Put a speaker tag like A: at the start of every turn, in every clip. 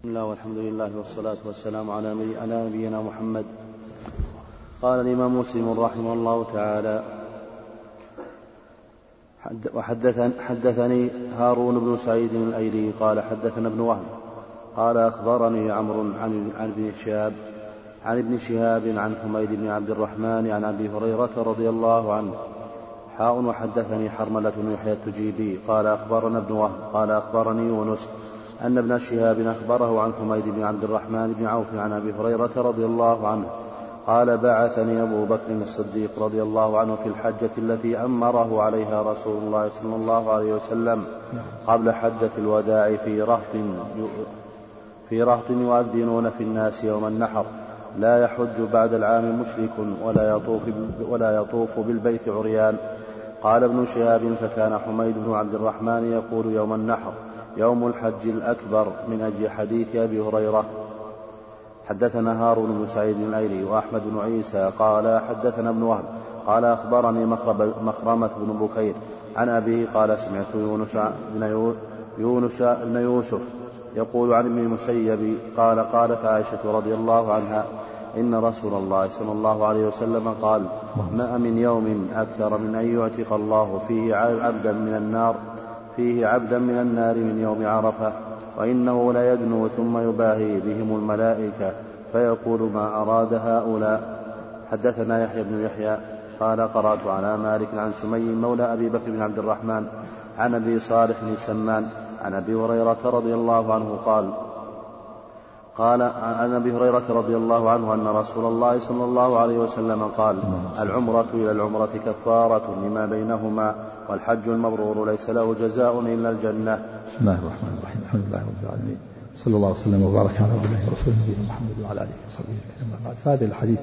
A: بسم الله والحمد لله والصلاة والسلام على نبينا محمد. قال الإمام مسلم رحمه الله تعالى: حدثني هارون بن سعيد الأيلي قال حدثنا ابن وهب قال أخبرني عمرو عن ابن شهاب عن حميد بن عبد الرحمن عن أبي هريرة رضي الله عنه وحدثني حرملة بن يحيى التجيبي قال أخبرنا ابن وهب قال أخبرني يونس أن ابن شهاب أخبره عن حميد بن عبد الرحمن بن عوف عن أبي هريرة رضي الله عنه قال: بعثني أبو بكر الصديق رضي الله عنه في الحجة التي أمره عليها رسول الله صلى الله عليه وسلم قبل حجة الوداع في رهط يؤذنون في الناس يوم النحر: لا يحج بعد العام مشرك ولا يطوف بالبيت عريان. قال ابن شهاب: فكان حميد بن عبد الرحمن يقول يوم النحر يوم الحج الأكبر من أجل حديث أبي هريرة. حدثنا هارون بن سعيد الأيلي وأحمد بن عيسى قال حدثنا ابن وهب قال أخبرني مخرمة بن بكير عن أبيه قال: سمعت يونس بن يوسف يقول عن ابن المسيب قال: قالت عائشة رضي الله عنها: إن رسول الله صلى الله عليه وسلم قال: ما من يوم أكثر من أن يعتق الله فيه عبدا من النار من يوم عرفة، وإنه لا يدنو ثم يباهي بهم الملائكة فيقول: ما أراد هؤلاء. حدثنا يحيى بن يحيى قال: قرأت على مالك عن سمي مولى أبي بكر بن عبد الرحمن عن أبي صالح بن سمان عن أبي هريرة رضي الله عنه قال عن أبي هريرة رضي الله عنه أن رسول الله صلى الله عليه وسلم قال: العمرة إلى العمرة كفارة لما بينهما، والحج المبرور ليس له جزاء إلا الجنة.
B: بسم الله الرحمن الرحيم. الحمد لله رب العالمين، صلى الله وسلم وبارك على عبد الله ورسوله نبينا محمد وعلى آله وصحبه أجمعين. بعد، فهذه الحديث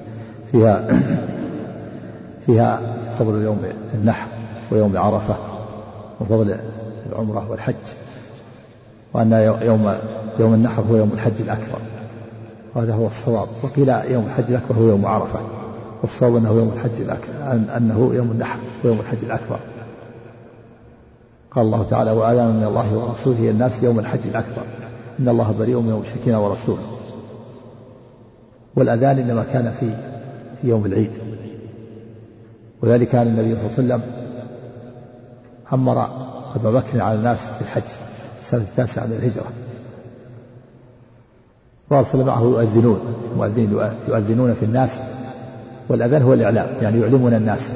B: فيها فضل يوم النحر ويوم عرفة وفضل العمرة والحج، وأن يوم النحر هو يوم الحج الأكبر، وهذا هو الصواب. وقيل يوم الحج الأكبر هو يوم عرفة، والصواب أنه يوم الحج الأكبر، أنه يوم النحر ويوم الحج الأكبر. قال الله تعالى: وآذان من الله ورسوله الناس يوم الحج الأكبر إن الله بريء من المشركين ورسوله. والأذان إنما كان في يوم العيد، وذلك كان النبي صلى الله عليه وسلم أمر أبا بكر على الناس في الحج السنة 9 من الهجرة، وأرسل معه يؤذنون في الناس، والأذان هو الإعلام، يعني يعلمون الناس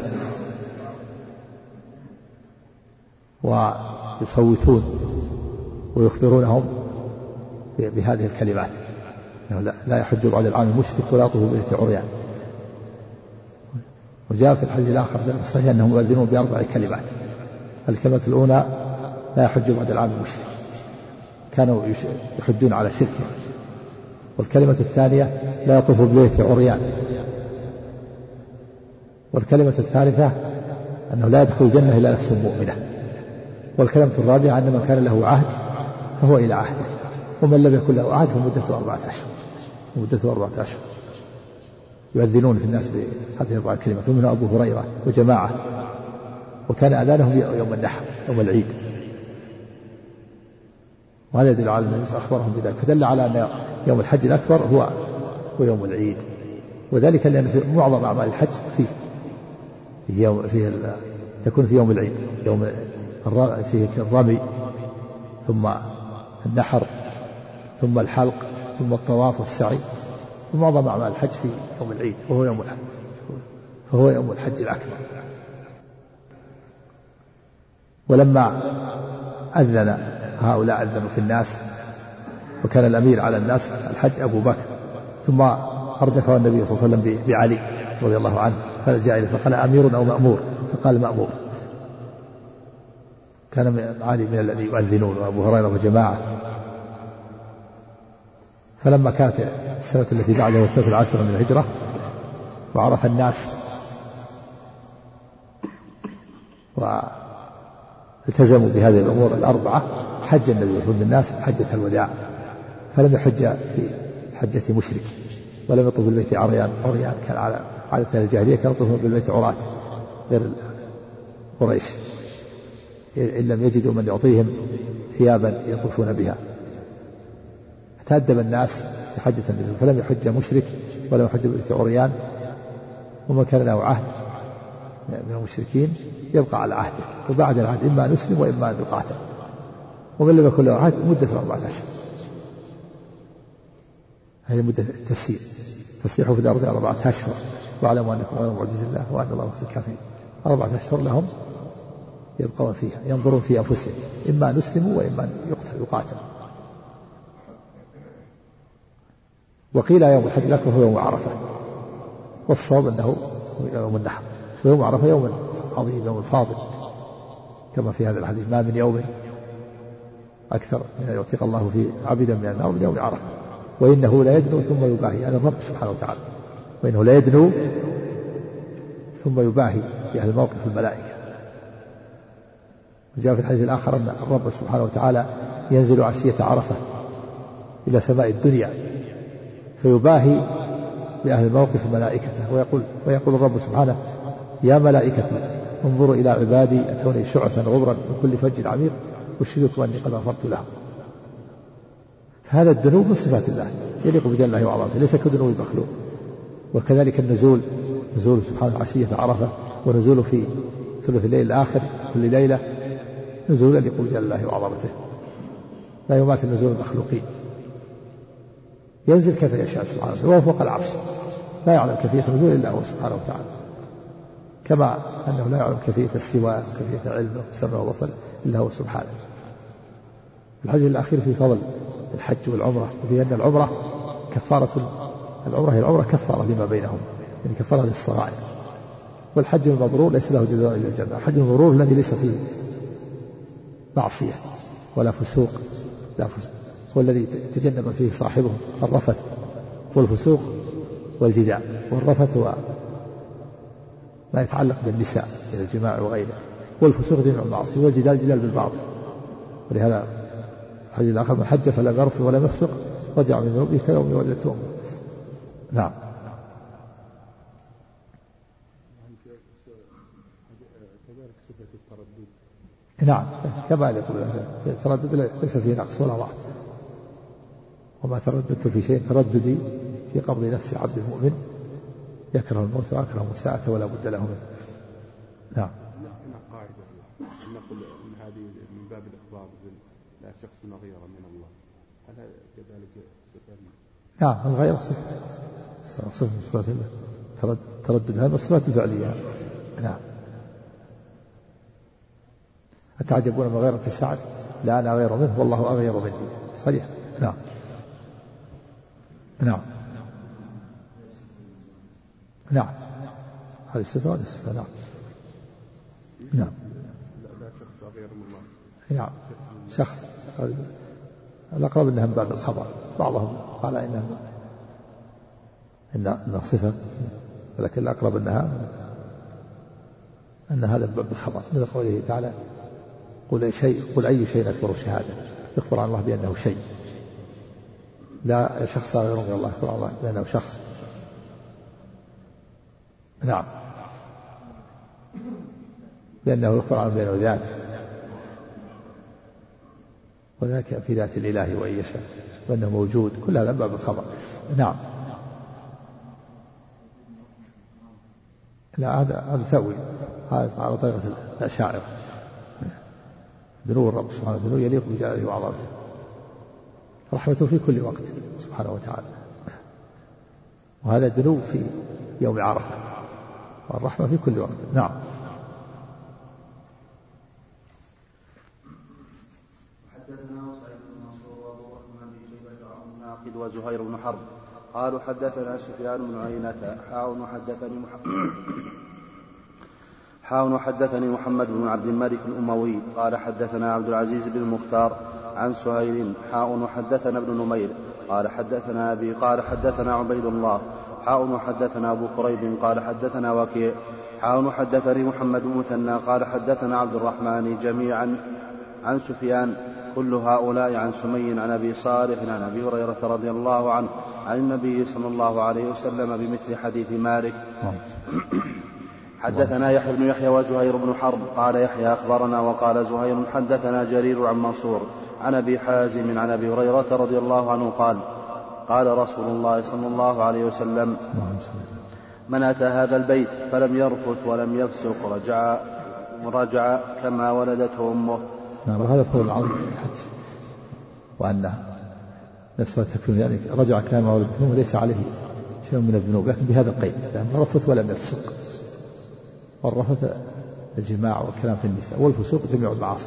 B: ويصوتون ويخبرونهم بهذه الكلمات: لا يحج بعد العام مشرك ولا يطوف بالبيت عريان. وجاء في الحديث الآخر الصحيح أنهم يؤذنون ب4 كلمات. الكلمة الأولى: لا يحج بعد العام مشرك، كانوا يحجون على شركه. والكلمة الثانية: لا يطوف بالبيت عريان. والكلمة الثالثة: أنه لا يدخل الجنة إلا نفس مؤمنة. والكلمة الرابعة: أن من كان له عهد فهو إلى عهده، ومن لم يكن له عهد فمدته 4 أشهر. يؤذنون في الناس بهذه 4 كلمات، ومنها أبو هريرة وجماعة، وكان أذانهم يوم النحر يوم العيد. وهذا يدل على أن أخبرهم بذلك، فدل على أن يوم الحج الأكبر هو يوم العيد، وذلك لأن في معظم أعمال الحج تكون في يوم العيد، فيه الرمي ثم النحر ثم الحلق ثم الطواف والسعي، ومعظم أعمال الحج في يوم العيد فهو يوم الحج الأكبر. ولما أذن هؤلاء أذنوا في الناس، وكان الأمير على الناس الحج أبو بكر، ثم أردفه النبي صلى الله عليه وسلم بعلي رضي الله عنه، فلجأ إليه فقال: أمير أو مأمور؟ فقال: مأمور. كان علي من الذي يؤذنون وأبو هريرة وجماعة. فلما كانت السنة التي بعدها السنة 10 من الهجرة، وعرف الناس والتزموا بهذه الأمور 4، حج النبي صلى الله عليه وسلم بالناس حجة الوداع، فلم يحج في حجة مشرك، ولم يطوف بالبيت عريان. كان على عادة الجاهلية، كانوا يطوفون بالبيت عراة غير قريش، إن لم يجدوا من يعطيهم ثيابا يطوفون بها. تأدب الناس بحجة النبي فلم يحج مشرك ولم يحج بالبيت عريان، ومن كان له عهد من المشركين يبقى على عهده، وبعد العهد إما أن يسلم وإما أن يقاتل، ومن لم يكن له عهد مدة 4 أشهر. هذه مدة التسيير، فسيحوا في الأرض 4 أشهر واعلموا أنكم غير معجز الله وأن الله مخزي الكافرين. 4 أشهر لهم يبقون فيها ينظرون في أنفسهم إما أن يسلموا وإما أن يقاتل. وقيل يوم الحج الأكبر هو يوم عرفة، والصواب أنه يوم النحر، ويوم عرفة يوم عظيم يوم فاضل كما في هذا الحديث: ما من يوم أكثر من أن يعتق الله في عبدا من النار من يوم عرفة، وإنه لا يدنو ثم يباهي، يعني الرب سبحانه وتعالى، وإنه لا يدنو ثم يباهي بأهل الموقف الملائكة. وجاء في الحديث الآخر أن الرب سبحانه وتعالى ينزل عشية عرفة إلى سماء الدنيا فيباهي بأهل الموقف ملائكته ويقول الرب سبحانه: يا ملائكتي انظروا إلى عبادي أتوني شعثا غبرا من كل فج عميق أشهدكم أني قد غفرت لهم. فهذا الدنو من صفات الله يليق بجلاله وعظمته، ليس كدنو المخلوق. وكذلك النزول، نزول سبحانه عشية عرفة ونزول في ثلث الليل الآخر كل ليلة، نزول يليق بجلاله وعظمته لا يماثل نزول المخلوقين. ينزل كيف يشاء سبحانه وهو فوق العرش، لا يعلم كيفية النزول إلا هو سبحانه وتعالى، كما أنه لا يعلم كيفية السواء كيفية علمه وسمعه وبصره إلا هو سبحانه. الحديث الأخير في فضل الحج والعمرة، وفي أن العمرة كفارة، العمرة هي العمرة كفارة لما بينهم، يعني كفارة للصغائر. والحج المبرور ليس له جزاء إلا الجنة. الحج المبرور الذي ليس فيه معصية ولا فسوق، لا فسوق، هو الذي تجنب فيه صاحبه الرفث والفسوق والجدال. والرفث هو ما يتعلق بالنساء من الجماع وغيره، والفسوق جمع المعصية، والجدال جدال بالباطل. ولهذا الحديث الآخر: من حج فلم يرفث ولم يفسق رجع من ذنوبه كيوم ولدته أمه. نعم.
C: كذلك صفة التردد.
B: نعم كما يقول التردد ليس فيه نقص ولا ضعف. وما ترددت في شيء ترددي في قبض نفس عبد المؤمن يكره الموت وأكره الساعة ولا بد له منه. نعم.
C: هنا قاعدة نقول أن هذه من باب الإخبار لا شخص غير من الله، هل كذلك صفة؟
B: نعم الغير صفة من صفات الله، تردد هذا الصفات الفعلية. نعم. أتعجبون من غيرة السعد لا أنا غير منه والله أغير مني، صريح. نعم. نعم. نعم هذه الصفة وهذه الصفة. نعم. نعم.
C: لا شخص غير من الله.
B: نعم شخص، الأقرب أنها من باب الخبر، بعضهم قال إنها صفة، ولكن الأقرب أن هذا من باب الخبر، من قوله تعالى: قل أي شيء أكبر شهادة، يخبر عن الله بأنه شيء، لا شخص غير الله، يخبر عن الله بأنه شخص. نعم لأنه يخبر عنه بأنه ذات، وذاك في ذات الإله وإن يشاء، وأنه موجود، كل هذا باب الخبر. نعم. لا هذا ثوي، هذا على طريقة الأشاعرة. دنو الرب سبحانه وتعالى يليق بجلاله وعظمته، رحمته في كل وقت سبحانه وتعالى، وهذا دنو في يوم عرفة، والرحمة في كل وقت. نعم.
A: حدثنا سعيد بن منصور وابو بكر بن ابي شيبه وعمر بن عقيل وزهير بن حرب قالوا حدثنا سفيان بن عيينة حدثني محمد بن عبد الملك الأموي قال حدثنا عبد العزيز بن المختار عن سهيل وحدثنا ابن نمير قال حدثنا أبي قال حدثنا عبيد الله وحدثنا أبو كريب قال حدثنا وكيع وحدثني محمد بن مثنى قال حدثنا عبد الرحمن جميعا عن سفيان كل هؤلاء عن سمي عن أبي صالح عن أبي هريرة رضي الله عنه عن النبي صلى الله عليه وسلم بمثل حديث مالك. حدثنا يحيى بن يحيى وزهير بن حرب قال يحيى أخبرنا وقال زهير حدثنا جرير عن منصور عن أبي حازم عن أبي هريرة رضي الله عنه قال قال رسول الله صلى الله عليه وسلم من أتى هذا البيت فلم يرفث ولم يفسق رجع كما ولدته أمه.
B: نعم، وهذا فضل العظيم في الحج، وأن نسبة تكفير يعني رجع كما ولدته أمه ليس عليه شيء من الذنوب، لكن بهذا القيد يعني رفث ولم يفسق. والرفث الجماع والكلام في النساء، والفسوق جميع المعاصي.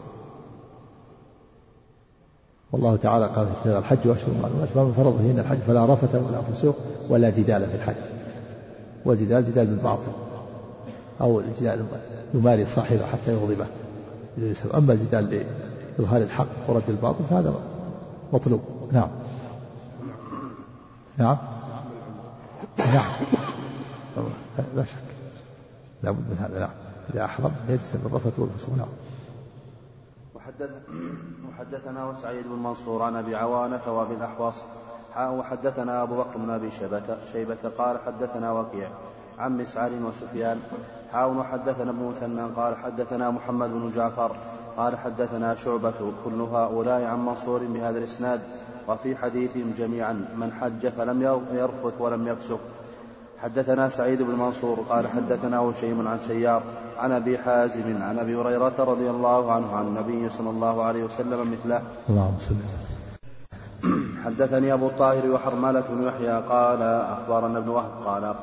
B: والله تعالى قال في الحج وأشهر معلومات فمن فرض فيهن الحج فلا رفث ولا فسوق ولا جدال في الحج. والجدال جدال بالباطل أو الجدال يماري صاحبه حتى يغضبه. أما الجدال لإظهار الحق ورد الباطل فهذا مطلوب. نعم نعم نعم لا شك لا بد من هذا. نعم إذا أحرم يجتنب الرفث والفسوق. نعم.
A: وحدثنا سعيد بن منصور عن أبي عوانة وأبي الأحوص وحدثنا أبو بكر بن أبي شيبة قال حدثنا وكيع عن مسعر وسفيان وحدثنا ابن مثنى قال حدثنا محمد بن جعفر قال حدثنا شعبة كل هؤلاء عن منصور بهذا الإسناد وفي حديثهم جميعا من حج فلم يرفث ولم يفسق. حدثنا سعيد بن منصور قال حدثنا هشيم عن سيار عن أبي حازم عن أبي هريرة رضي الله عنه عن النبي صلى الله عليه وسلم مثله.
B: اللهم صل.
A: حدثني أبو الطاهر وحرملة بن يحيى قال أخبرنا ابن وهب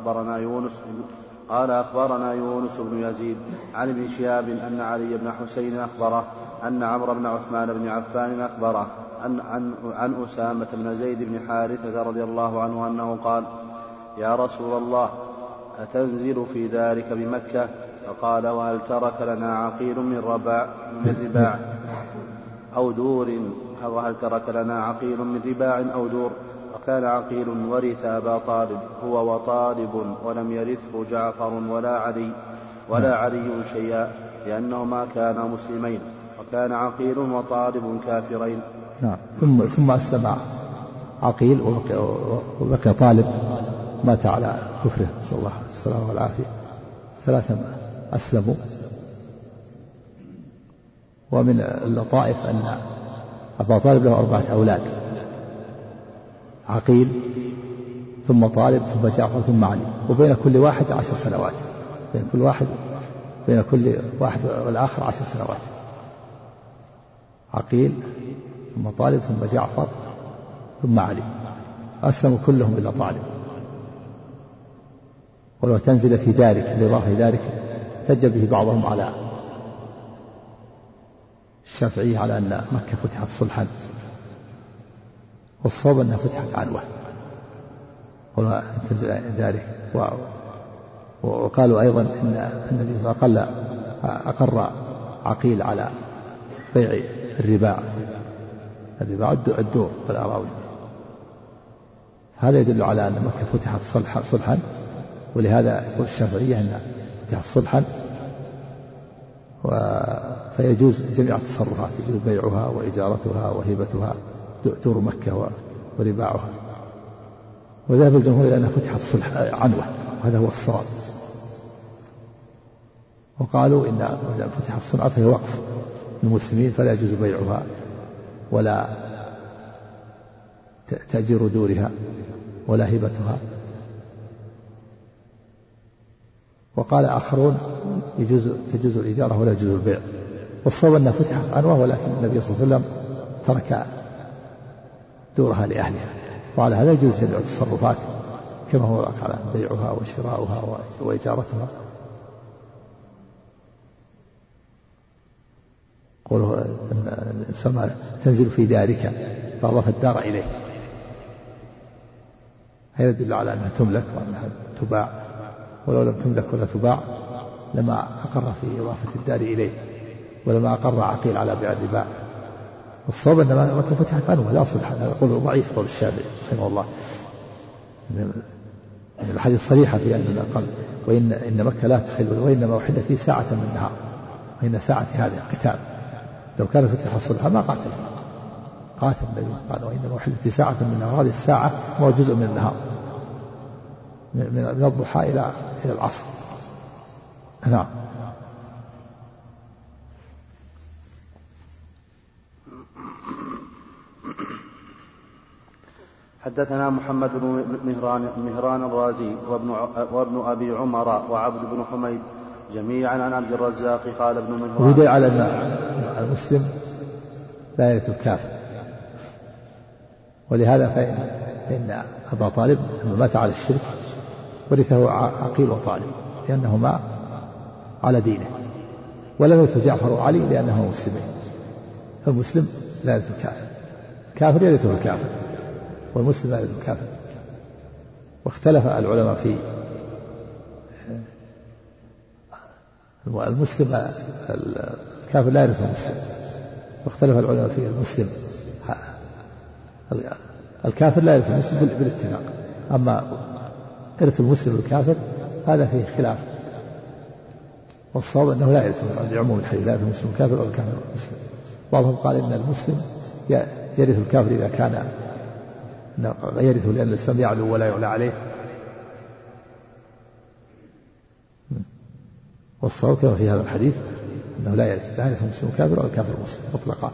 A: قال أخبرنا يونس بن يزيد عن ابن شهاب أن علي بن حسين أخبره أن عمرو بن عثمان بن عفان أخبره عن أسامة بن زيد بن حارثة رضي الله عنه أنه قال يا رسول الله أتنزل في ذلك بمكة؟ فقال وهل ترك لنا عقيل من رباع أو دور؟ وهل ترك لنا عقيل من رباع أو دور؟ وكان عقيل ورث أبا طالب هو وطالب ولم يرثه جعفر ولا علي شيئا لأنهما كانا مسلمين، وكان عقيل وطالب كافرين.
B: نعم. ثم أسلم عقيل وبقي طالب مات على كفره صلى الله عليه وسلم والعافية. ثلاثة أسلموا. ومن اللطائف أن أبا طالب له 4 أولاد، عقيل ثم طالب ثم جعفر ثم علي، وبين كل واحد 10 سنوات، بين كل واحد والآخر 10 سنوات. عقيل ثم طالب ثم جعفر ثم علي، أسلموا كلهم إلا طالب. ولو تنزل في ذلك لإضافة ذلك احتج به بعضهم على الشافعية على أن مكة فتحت صلحا، والصواب أنها فتحت عنوة. ولو تنزل ذلك وقالوا أيضا إن النبي صلى الله عليه وسلم أقر عقيل على بيع الرباع الدور والأراضي. هذا يدل على أن مكة فتحت صلحا، ولهذا يقول الشافعية أنها فتحت صلحا فيجوز جميع التصرفات، يجوز بيعها وإجارتها وهبتها دور مكة ورباعها. وذهب الجمهور إلى أنها فتحت صلح عنوة، وهذا هو الصواب. وقالوا إن فتحت صلحا فهي وقف للمسلمين فلا يجوز بيعها ولا تأجير دورها ولا هبتها. وقال آخرون تجوز الإجارة ولا يجوز البيع. والصواب أنها فتحت عنوة، ولكن النبي صلى الله عليه وسلم ترك دورها لأهلها، وعلى هذا يجوز جميع التصرفات كما هو على بيعها وشراؤها وإجارتها. قوله ثم تنزل في دارك فأضاف الدار إليه، هذا يدل على أنها تملك وأنها تباع، ولو لم تملك ولا تباع لما أقر في إضافة الدار إليه، ولما أقر عقيل على بيع الرباع. والصواب أن مكة فتحت عنوة لا صلح. هذا قول ضعيف قول الشافعي رحمه الله. الحديث صريحة في أن قال وإن مكة لا تحل وإنما أحلت في ساعة من النهار، وإن ساعة هذه قتال. لو كان فتح الصلح ما قاتل النبي، قال وإنما أحلت في ساعة من النهار. هذه الساعة هو جزء من النهار، من الضحى إلى العصر. نعم.
A: حدثنا محمد بن مهران الرازي وابن أبي عمر وعبد بن حميد جميعا عن عبد الرزاق قال ابن مهران.
B: ويدل على أن المسلم لا يرث الكافر، ولهذا فإن أبا طالب لما مات على الشرك ورثه عقيل وطالب لأنهما على دينه، ولم يرث جعفر وعلي لأنهما مسلمين. فالمسلم لا يرث الكافر، الكافر يرثه الكافر، والمسلم لا يرث الكافر. واختلف العلماء في المسلم، الكافر لا يرث المسلم، واختلف العلماء في المسلم، الكافر لا يرث المسلم بالاتفاق، أما إرث المسلم الكافر هذا فيه خلاف، والصواب أنه لا يرث لعموم الحديث، لا يرث المسلم الكافر ولا الكافر المسلم. بعضهم قال إن المسلم يرث الكافر إذا كان يرثه لأن الإسلام يعلو ولا يعلى عليه، والصواب كما في هذا الحديث أنه لا يرث المسلم الكافر ولا الكافر المسلم مطلقا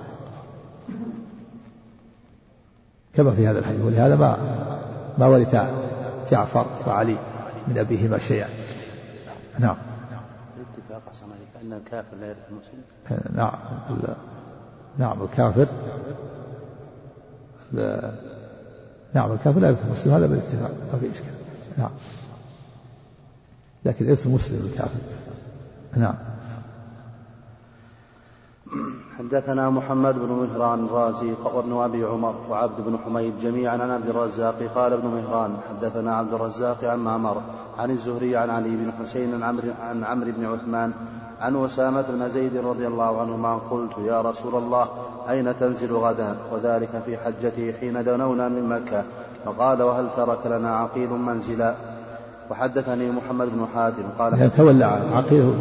B: كما في هذا الحديث. ولهذا ما ورث جعفر وعلي من أبيهما شيئا. نعم.
A: الاتفاق أحسن عليك أن الكافر لا يرث المسلم.
B: نعم الكافر لا يرث المسلم، هذا بالاتفاق ما في إشكال. نعم. لكن إرث المسلم الكافر. نعم.
A: حدثنا محمد بن مهران الرازي وابن أبي عمر وعبد بن حميد جميعا عن عبد الرزاق قال ابن مهران حدثنا عبد الرزاق عن معمر عن الزهري عن علي بن حسين عن عمرو بن عثمان عن أسامة بن زيد رضي الله عنهما قلت يا رسول الله أين تنزل غدا؟ وذلك في حجته حين دنونا من مكة، فقال وهل ترك لنا عقيل منزلا؟ وحدثني محمد بن حاتم قال
B: تولى عقيل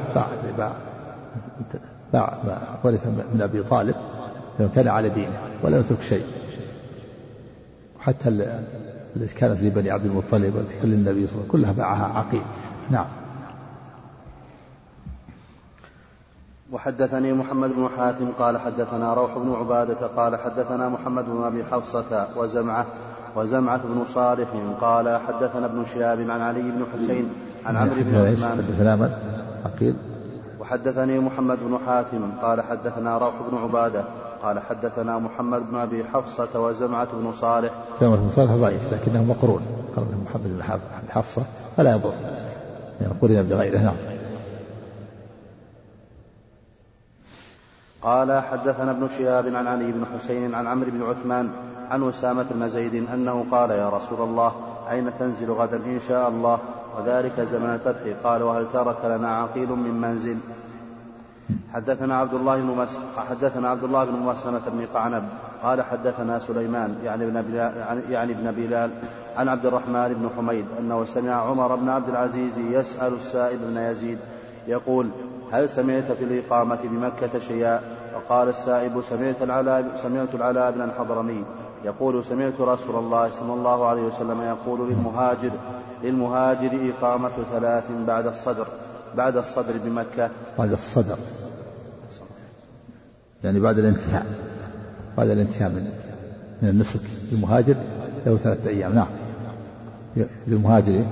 B: باع ورث من أبي طالب لأنه كان على دينه ولم يترك شيء، وحتى التي كانت لبني عبد المطلب والتي كان للنبي صلى الله عليه وسلم كلها باعها عقيل. نعم.
A: وحدثني محمد بن حاتم قال حدثنا روح بن عبادة قال حدثنا محمد بن أبي حفصة وزمعة بن صالح قال حدثنا ابن شهاب عن علي بن حسين عن عمرو بن عثمان.
B: حدثنا من؟ عقيل.
A: وحدثني محمد بن حاتم قال حدثنا روح بن عبادة قال حدثنا محمد بن أبي حفصة وزمعة بن صالح.
B: زمعة بن صالح ضعيف لكنه مقرون، قال محمد بن حفصة فلا يضر يعني قرن بغيره. نعم.
A: قال حدثنا ابن شهاب عن علي بن حسين عن عمرو بن عثمان عن أسامة بن زيد أنه قال يا رسول الله أين تنزل غدا إن شاء الله؟ وذلك زمن الفتح. قال وهل ترك لنا عقيل من منزل؟ حدثنا عبد الله بن مسلمة بن قعنب قال حدثنا سليمان يعني ابن بلال عن عبد الرحمن بن حميد أنه سمع عمر بن عبد العزيز يسأل السائب بن يزيد يقول هل سمعت في الإقامة بمكة شيئا؟ فقال السائب سمعت العلاء بن الحضرمي يقول سمعت رسول الله صلى الله عليه وسلم يقول للمهاجر إقامة 3 بعد الصدر بمكة.
B: بعد الصدر يعني بعد الانتهاء من النسك للمهاجر له 3 أيام. نعم. للمهاجر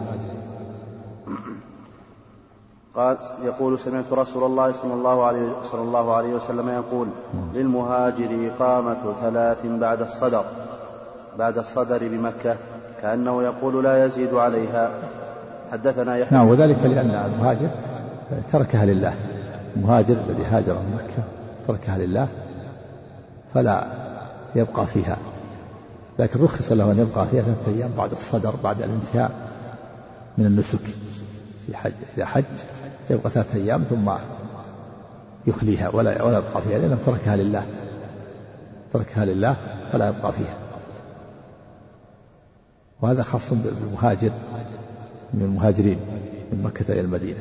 A: قال يقول سمعت رسول الله صلى الله عليه وسلم يقول للمهاجر إقامة 3 بعد الصدر بمكة، كأنه يقول لا يزيد عليها. حدثنا يحيى.
B: نعم. وذلك لأن المهاجر تركها لله، المهاجر الذي هاجر من مكة تركها لله فلا يبقى فيها، لكن رخص له أن يبقى فيها 3 أيام بعد الصدر بعد الانتهاء من النسك في حج. إذا حج يبقى 3 أيام ثم يخليها ولا يبقى فيها لأنه تركها لله فلا يبقى فيها. وهذا خاص بالمهاجر من المهاجرين من مكة إلى المدينة.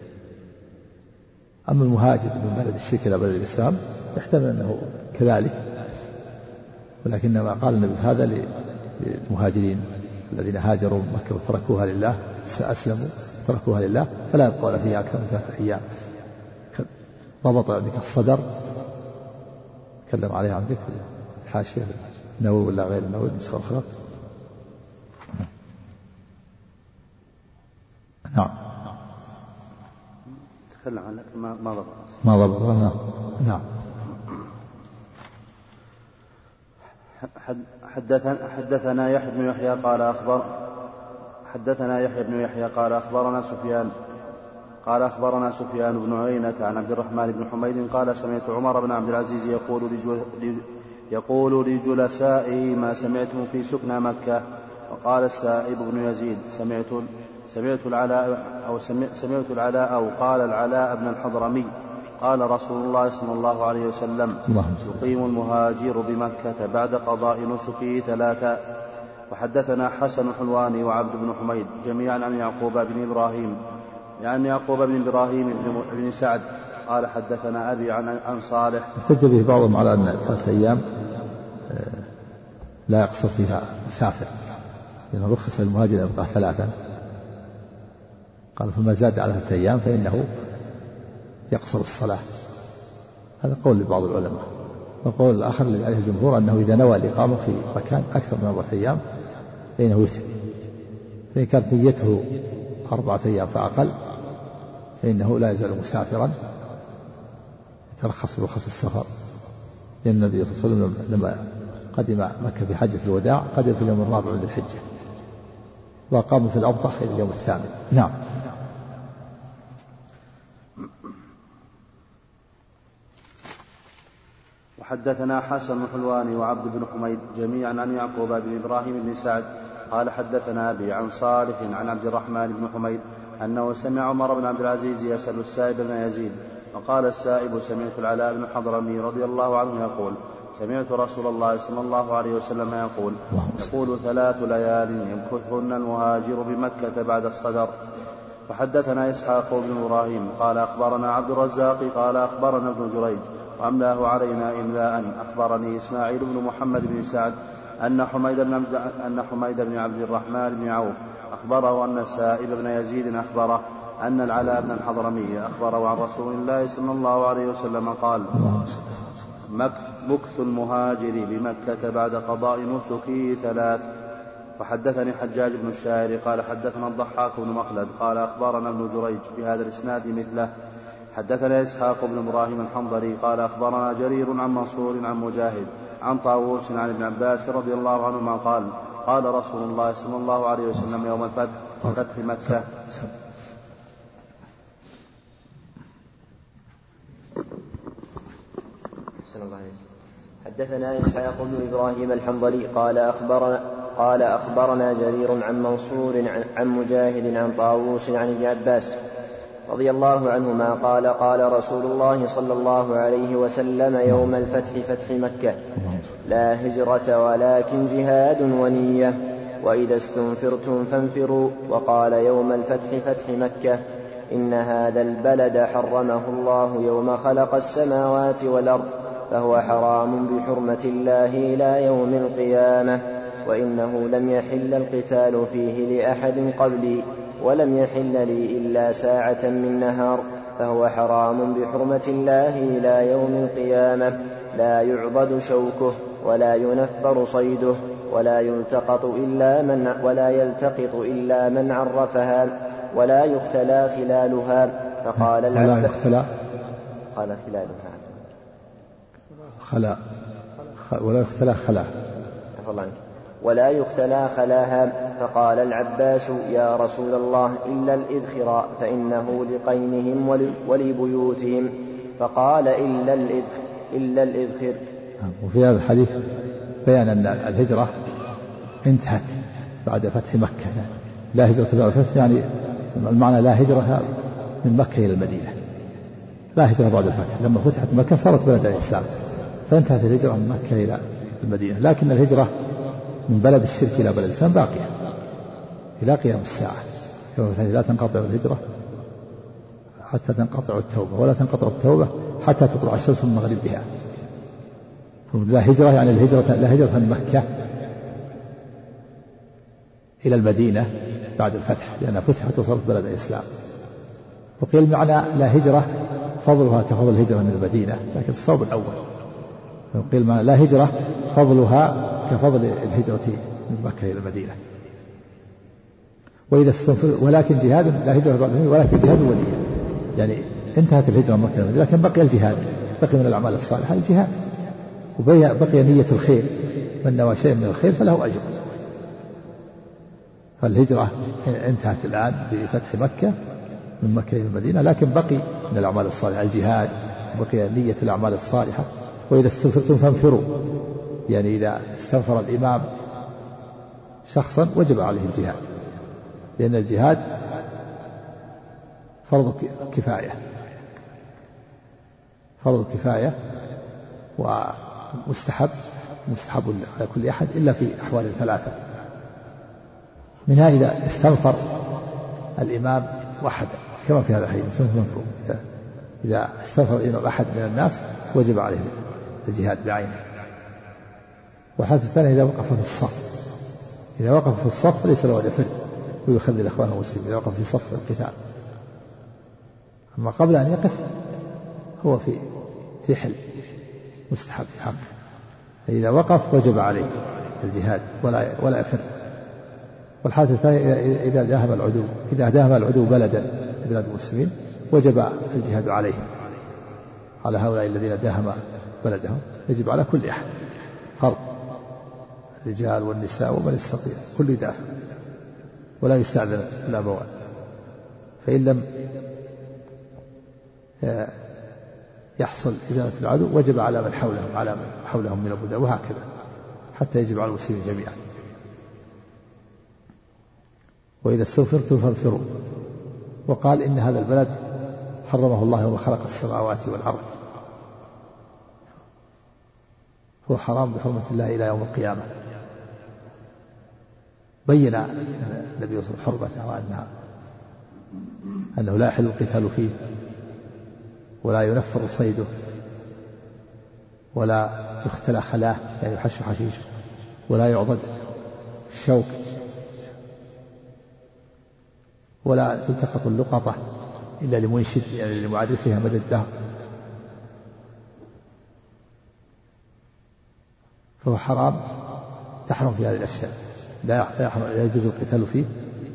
B: أما المهاجر من بلد الشرك إلى بلد الإسلام يحتمل أنه كذلك، ولكنما قال النبي هذا للمهاجرين الذين هاجروا من مكة وتركوها لله أسلموا تركوها لله فلا يبقون فيها أكثر من 3 أيام. ضبط عندك الصدر تكلم عليه عندك الحاشية النووي ولا غير النووي نسخة أخرى. نعم
A: تكلم عنك ما ضبط.
B: نعم.
A: حدثنا يحيى بن يحيى قال أخبرنا سفيان بن عيينة عن عبد الرحمن بن حميد قال سمعت عمر بن عبد العزيز يقول لجلسائه ما سمعتم في سكنى مكة. وقال السائب بن يزيد سمعت العلاء أو قال العلاء بن الحضرمي قال رسول الله صلى الله عليه وسلم يقيم المهاجر بمكة بعد قضاء نسكه 3. وحدثنا حسن الحلواني وعبد بن حميد جميعا عن يعقوب بن إبراهيم بن سعد قال حدثنا أبي عن صالح.
B: احتج به بعضهم على أن 3 أيام لا يقصر فيها مسافر لأنه رخص المهاجر يبقى 3. قال فما زاد على 3 أيام فإنه يقصر الصلاة. هذا قول لبعض العلماء. وقول الآخر الذي عليه الجمهور أنه إذا نوى الإقامة في مكان أكثر من 4 أيام فإنه يتم. فإن كانت نيته 4 أيام فأقل فإنه لا يزال مسافرا يترخص برخص السفر. لأن النبي صلى الله عليه وسلم لما قدم مكة في حجة الوداع قدم في اليوم 4 من الحجة وقام في الأبطح إلى اليوم 8. نعم.
A: وحدثنا حسن الحلواني وعبد بن حميد جميعا عن يعقوب بن إبراهيم بن سعد قال حدثنا أبي عن صالح عن عبد الرحمن بن حميد أنه سمع عمر بن عبد العزيز يسأل السائب بن يزيد وقال السائب سمعت العلاء بن الحضرمي رضي الله عنه يقول سمعت رسول الله صلى الله عليه وسلم يقول 3 ليال يمكثهن المهاجر بمكة بعد الصدر. وحدثنا إسحاق بن إبراهيم قال أخبرنا عبد الرزاق قال أخبرنا ابن جريج وأملاه علينا إملاء. أخبرني إسماعيل بن محمد بن سعد أن حميد بن عبد الرحمن بن عوف أخبره أن السائب بن يزيد أخبره أن العلاء بن الحضرمي أخبره عن رسول الله صلى الله عليه وسلم قال مكث المهاجر بمكة بعد قضاء نسكه 3. وحدثني حجاج بن الشاعر قال حدثنا الضحاك بن مخلد قال أخبرنا ابن جريج بهذا الإسناد مثله. حدثنا إسحاق بن إبراهيم الحنظلي قال أخبرنا جرير عن منصور عن مجاهد عن طاووس عن ابن عباس رضي الله عنهما قال قال رسول الله صلى الله عليه وسلم يوم فتح مكة
D: حدثنا إسحاق بن إبراهيم الحنظلي قال أخبرنا جرير عن منصور عن مجاهد عن طاووس عن ابن عباس رضي الله عنهما قال قال رسول الله صلى الله عليه وسلم يوم الفتح فتح مكة لا هجرة ولكن جهاد ونية وإذا استنفرتم فانفروا. وقال يوم الفتح فتح مكة إن هذا البلد حرمه الله يوم خلق السماوات والأرض فهو حرام بحرمة الله إلى يوم القيامة وإنه لم يحل القتال فيه لأحد قبلي ولم يحل لي إلا ساعة من نهار فهو حرام بحرمة الله إلى يوم القيامة لا يعضد شوكه ولا ينفر صيده ولا يلتقط إلا من عرفها ولا يختلى خلالها. فقال العباس قال خلالها ولا يختلى خلاها. فقال العباس يا رسول الله إلا الإذخر فإنه لقينهم ولبيوتهم. فقال إلا الإذخر.
B: وفي هذا الحديث بيان أن الهجرة انتهت بعد فتح مكة. لا هجرة بعد الفتح يعني المعنى لا هجرة من مكة إلى المدينة. لا هجرة بعد الفتح لما فتحت مكة صارت بلد الإسلام فانتهت الهجرة من مكة إلى المدينة. لكن الهجرة من بلد الشرك إلى بلد الإسلام باقية إلى قيام الساعة. لا تنقطع الهجرة حتى تنقطع التوبة ولا تنقطع التوبة حتى تطلع الشمس من مغربها. لا هجرة يعني لا هجرة من مكة إلى المدينة بعد الفتح لأنها فتحت وصارت بلد الإسلام. وقيل معنى لا هجرة فضلها كفضل الهجرة من المدينة، لكن الصواب الأول. وقيل معنى لا هجرة فضلها كفضل الهجرة من مكة إلى المدينة. وإذا استنفر ولكن جهاد لا هجرة بعد الهجرة ولكن جهاد ولية، يعني انتهت الهجرة من مكة إلى المدينة لكن بقي الجهاد، بقي من الأعمال الصالحة الجهاد، وبقي نية الخير، من نوى شيء من الخير فله أجر. فالهجرة انتهت الآن بفتح مكة من مكة إلى المدينة، لكن بقي من الأعمال الصالحة الجهاد، بقي نية الأعمال الصالحة. وإذا استنفرتم فانفروا، يعني إذا استنفر الإمام شخصا وجب عليه الجهاد، لأن الجهاد فرض كفاية، فرض كفاية ومستحب على كل أحد إلا في أحوال ثلاثة، منها إذا استنفر الإمام وحده كما في هذا الحديث استنفروا، إذا استنفر الإمام أحد من الناس وجب عليه الجهاد بعينه. والحالة الثانية إذا وقف في الصف، إذا وقف في الصف ليس له أن يفر ويخذل إخوانه المسلمين، إذا وقف في صف القتال. أما قبل أن يقف هو في حل مستحب في حقه، فإذا وقف وجب عليه الجهاد ولا يفر. والحالة الثانية إذا ذهب العدو بلدا من بلاد المسلمين وجب الجهاد عليهم، على هؤلاء الذين داهم بلدهم، يجب على كل أحد فرض، الرجال والنساء ومن يستطيع كل يدافع ولا يستأذن الأبوان. فإن لم يحصل إزالة العدو وجب على من حولهم من البلدان، وهكذا حتى يجب على المسلمين جميعا. وإذا استنفرتم فانفروا. وقال إن هذا البلد حرمه الله يوم خلق السماوات والأرض، هو حرام بحرمة الله إلى يوم القيامة. بين النبي صلى الله عليه وسلم حرمته أنه لا يحل القتال فيه، ولا ينفر صيده، ولا يختلى خلاه يعني يحش حشيشه، ولا يعضد الشوك، ولا تلتقط اللقطة إلا لمنشد يعني لمعرفها مدى الدهر. فهو حرام تحرم في هذه الأشياء، لا يجوز القتال فيه.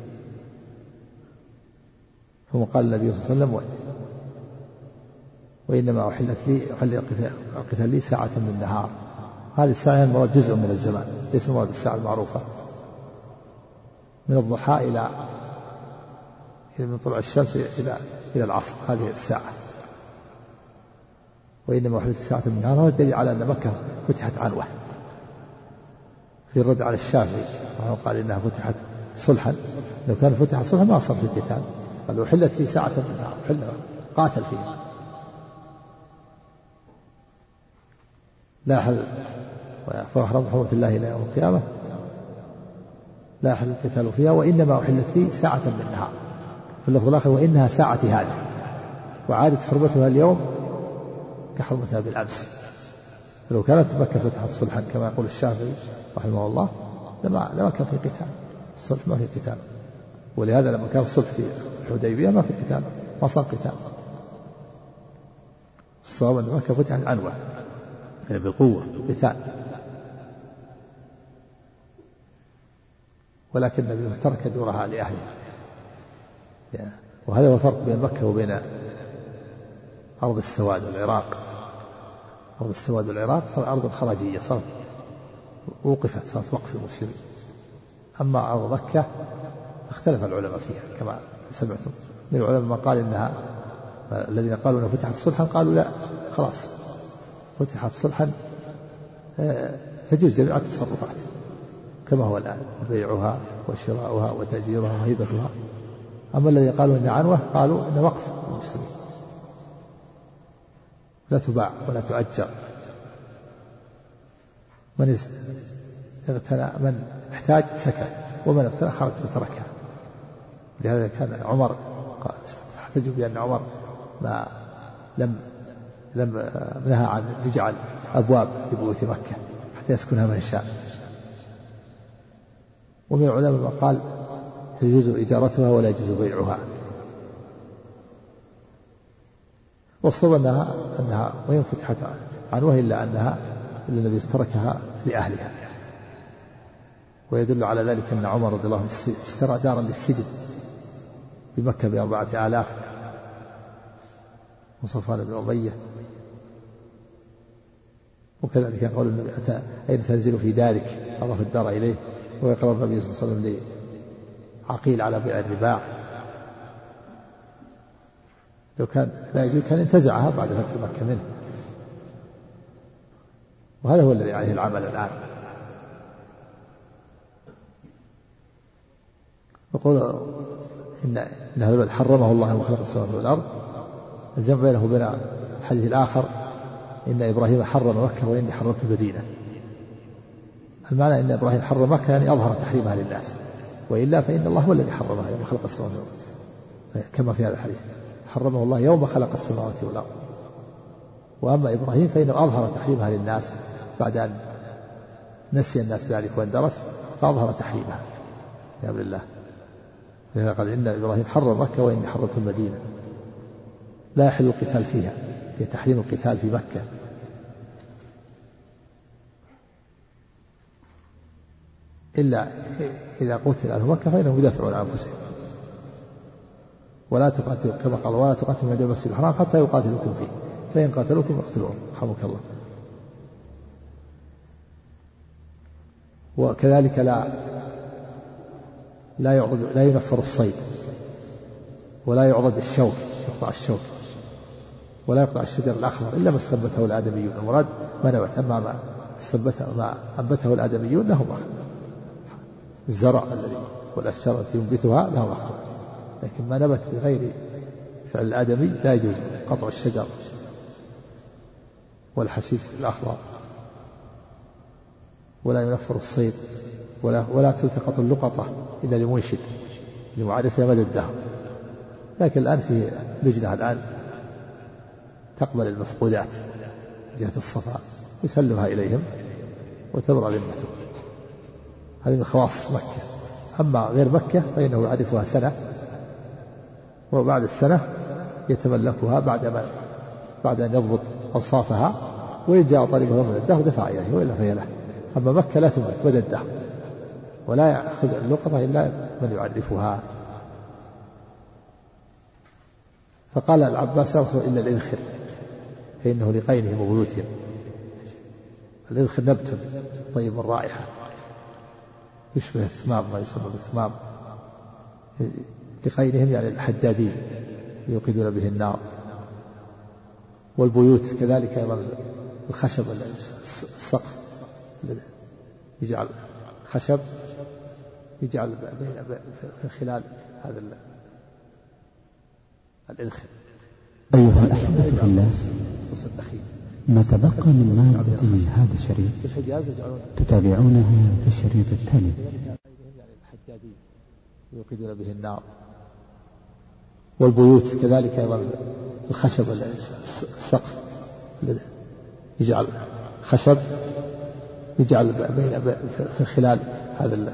B: ثم قال النبي صلى الله عليه وسلم وإنما أحل القتال لي ساعة من النهار. هذه الساعة المراد جزء من الزمان، ليس مراد الساعة المعروفة من الضحى إلى من طلوع الشمس إلى العصر، هذه الساعة. وإنما أحلت ساعة من النهار، هذا دليل على أن مكة فتحت عنوة، في الرد على الشافعي قال إنها فتحت صلحا، لو كان فتحت صلحا ما صار في القتال، قال أحلت في ساعة من النهار، حل قاتل فيها. لا حل فأحرم حرمة الله إلى يوم القيامة، لا يحل القتال فيها، وإنما أحلت في ساعة من النهار. في اللفظ الآخر وإنها ساعة هذه، وعادت حرمتها اليوم كحرمتها بالأمس. لو كانت مكة فتحت صلحا كما يقول الشافعي رحمه الله لما كان في قتال، الصلح ما في قتال. ولهذا لما كان الصلح في الحديبية ما في قتال، ما صار قتال. الصواب أن مكة فتحت عنوة يعني بقوة قتال، ولكن النبي ترك دورها لأهلها. وهذا هو الفرق بين مكة وبين أرض السواد والعراق. أرض السواد والعراق صار أرض خراجية، صارت وقفت، صارت وقف المسلمين. أما أرض مكة اختلف العلماء فيها كما سمعتم من العلماء ما قال إنها، الذين قالوا أنها فتحت صلحا قالوا لا خلاص فتحت صلحا تجوز جميع التصرفات كما هو الآن، بيعها وشراؤها وتأجيرها وهيبتها. أما الذين قالوا إن عنوة قالوا إن وقف المسلمين لا تباع ولا تؤجر، من احتاج سكن ومن ابتلى خرج وتركها. لهذا كان عمر احتجوا بأن عمر ما لم نهى عن يجعل أبواب لبيوت مكة حتى يسكنها من شاء. ومن العلماء من قال تجوز إجارتها ولا يجوز بيعها. والصواب أنها وإن فتحت عنوها إلا النبي تركها لأهلها. ويدل على ذلك أن عمر رضي الله عنه اشترى دارا للسجن بمكة ب4,000 وصفوان بن أمية. وكذلك يقول النبي أين تنزل في دارك؟ أضاف الدار إليه. ويقرأ النبي صلى الله عليه وسلم لعقيل على بيع الرباع. لو كان لا يجوز كان انتزعها بعد فتح مكة منه. وهذا هو الذي عليه العمل الآن. يقول إن هذا البلد حرمه الله وخلق السماوات والأرض. الجمع بينه وبين الحديث الآخر إن إبراهيم حرم مكة وإني حرمت المدينة. المعنى إن إبراهيم حرم مكة يعني أظهر تحريمها للناس، وإلا فإن الله هو الذي حرمها يوم خلق السماوات والأرض كما في هذا الحديث حرمه الله يوم خلق السماوات والأرض. وأما إبراهيم فإنه أظهر تحريمها للناس بعد أن نسي الناس ذلك واندرس فأظهر تحريمها يا أمر الله. لذلك قال إن إبراهيم حرم مكة وإني حرمت المدينة. لا يحل القتال فيها، هي تحريم القتال في مكة. إلا إذا قتل أهل مكة فإنهم يدافعون عن أنفسهم. ولا تقاتلوا كما قال ولا تقاتلوا عند المسجد الحرام حتى يقاتلوكم فيه فإن قاتلوكم فاقتلوهم رحمك الله. وكذلك لا ينفر الصيد ولا يعضد الشوك يقطع الشوك ولا يقطع الشجر الأخضر إلا ما استنبته الآدميون. المراد ما نبت. أما ما أنبته الآدميون لهم أخذ. الزرع الذي والأشجار التي ينبتها لهم أخذ، لكن ما نبت بغير فعل الآدمي لا يجوز قطع الشجر والحشيش الأخضر. ولا ينفر الصيد ولا تلتقط اللقطة إلا لمنشد لمعرفها مدى الدهر. لكن الآن في لجنة الآن تقبل المفقودات جهة الصفاء يسلمها إليهم وتبرأ ذمته. هذه من خواص مكة. أما غير مكة فإنه يعرفها سنة وبعد السنة يتملكها بعد أن يضبط أوصافها وإن جاء طالبها من الدهر دفع إليه وإلا فهي له. أما مكة لا تملك مدى الدهر ولا يأخذ اللقطة إلا من يعرفها. فقال العباس يا رسول إلا الإذخر فإنه لقينهم وبيوتهم. الإذخر نبت طيب الرائحة يشبه الثمام ما يسمى بالثمام. لقينهم يعني الحدادين يوقدون به النار. والبيوت كذلك أيضا الخشب السقف يجعل خشب يجعل في خلال هذا الإذخر.
E: أيها الأحبة في الله، ما تبقى من مادة هذا الشريط تتابعونها في الشريط التالي.
B: يوقدون به النار. والبيوت كذلك أيضا الخشب السقف يجعل خشب يجعل في خلال هذا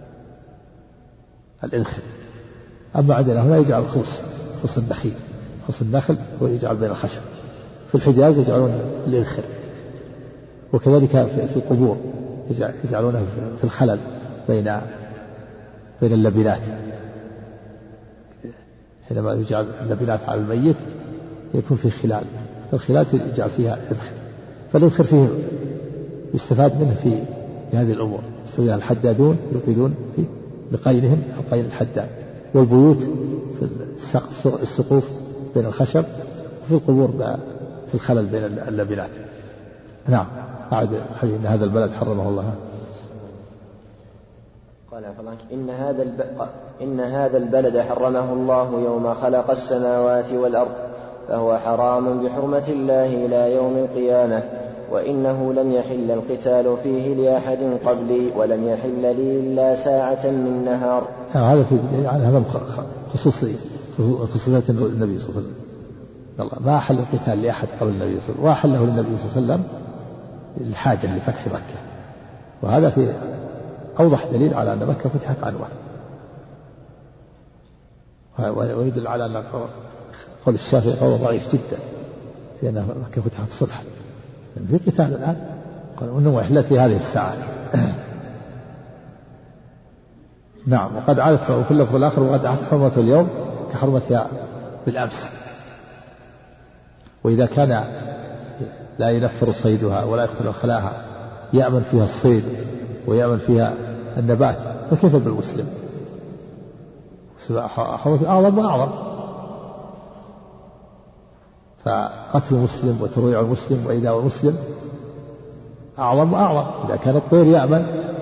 B: الإذخر. أما عندنا هنا يجعل خص النخيل خص النخل ويجعل بين الخشب. في الحجاز يجعلون الإذخر. وكذلك في القبور يجعلونه في الخلل بين اللبنات. حينما يجعل اللبنات على الميت يكون في خلال يجعل فيها إذخر. فالإذخر فيه يستفاد منه في هذه الأمور. يستوي الحدادون يوقدون في بقينهم أو قين الحداد. والبيوت في السقوف بين الخشب وفي القبور في الخلل بين اللبنات. نعم. أعد إن هذا البلد حرمه الله.
D: قال إن هذا البلد حرمه الله يوم خلق السماوات والأرض فهو حرام بحرمة الله إلى يوم القيامة. وإنه لم يحل القتال فيه لأحد قبلي ولم يحل لي إلا ساعة من نهار.
B: هذا في هذا خصوصية النبي صلى الله عليه وسلم. ما أحل القتال لأحد قبل النبي صلى الله عليه وسلم وأحله للنبي صلى الله عليه وسلم الحاجة لفتح مكة. وهذا في أوضح دليل على أن مكة فتحت عنوة، ويدل على أن قول الشافعي قول ضعيف جدا في أن مكة فتحت صلحا، في قتال الآن قال إنه أحلت في هذه الساعة. نعم. وقد عادت في اللفظ الآخر وقد عادت حرمة اليوم كحرمتها بالأمس. وإذا كان لا ينفر صيدها ولا يقتل خلاها يأمن فيها الصيد ويأمن فيها النبات، فكيف بالمسلم؟ حرمة أعظم وأعظم، فقتل المسلم وترويع المسلم وإيذاء المسلم أعظم وأعظم. إذا كان الطير يأمن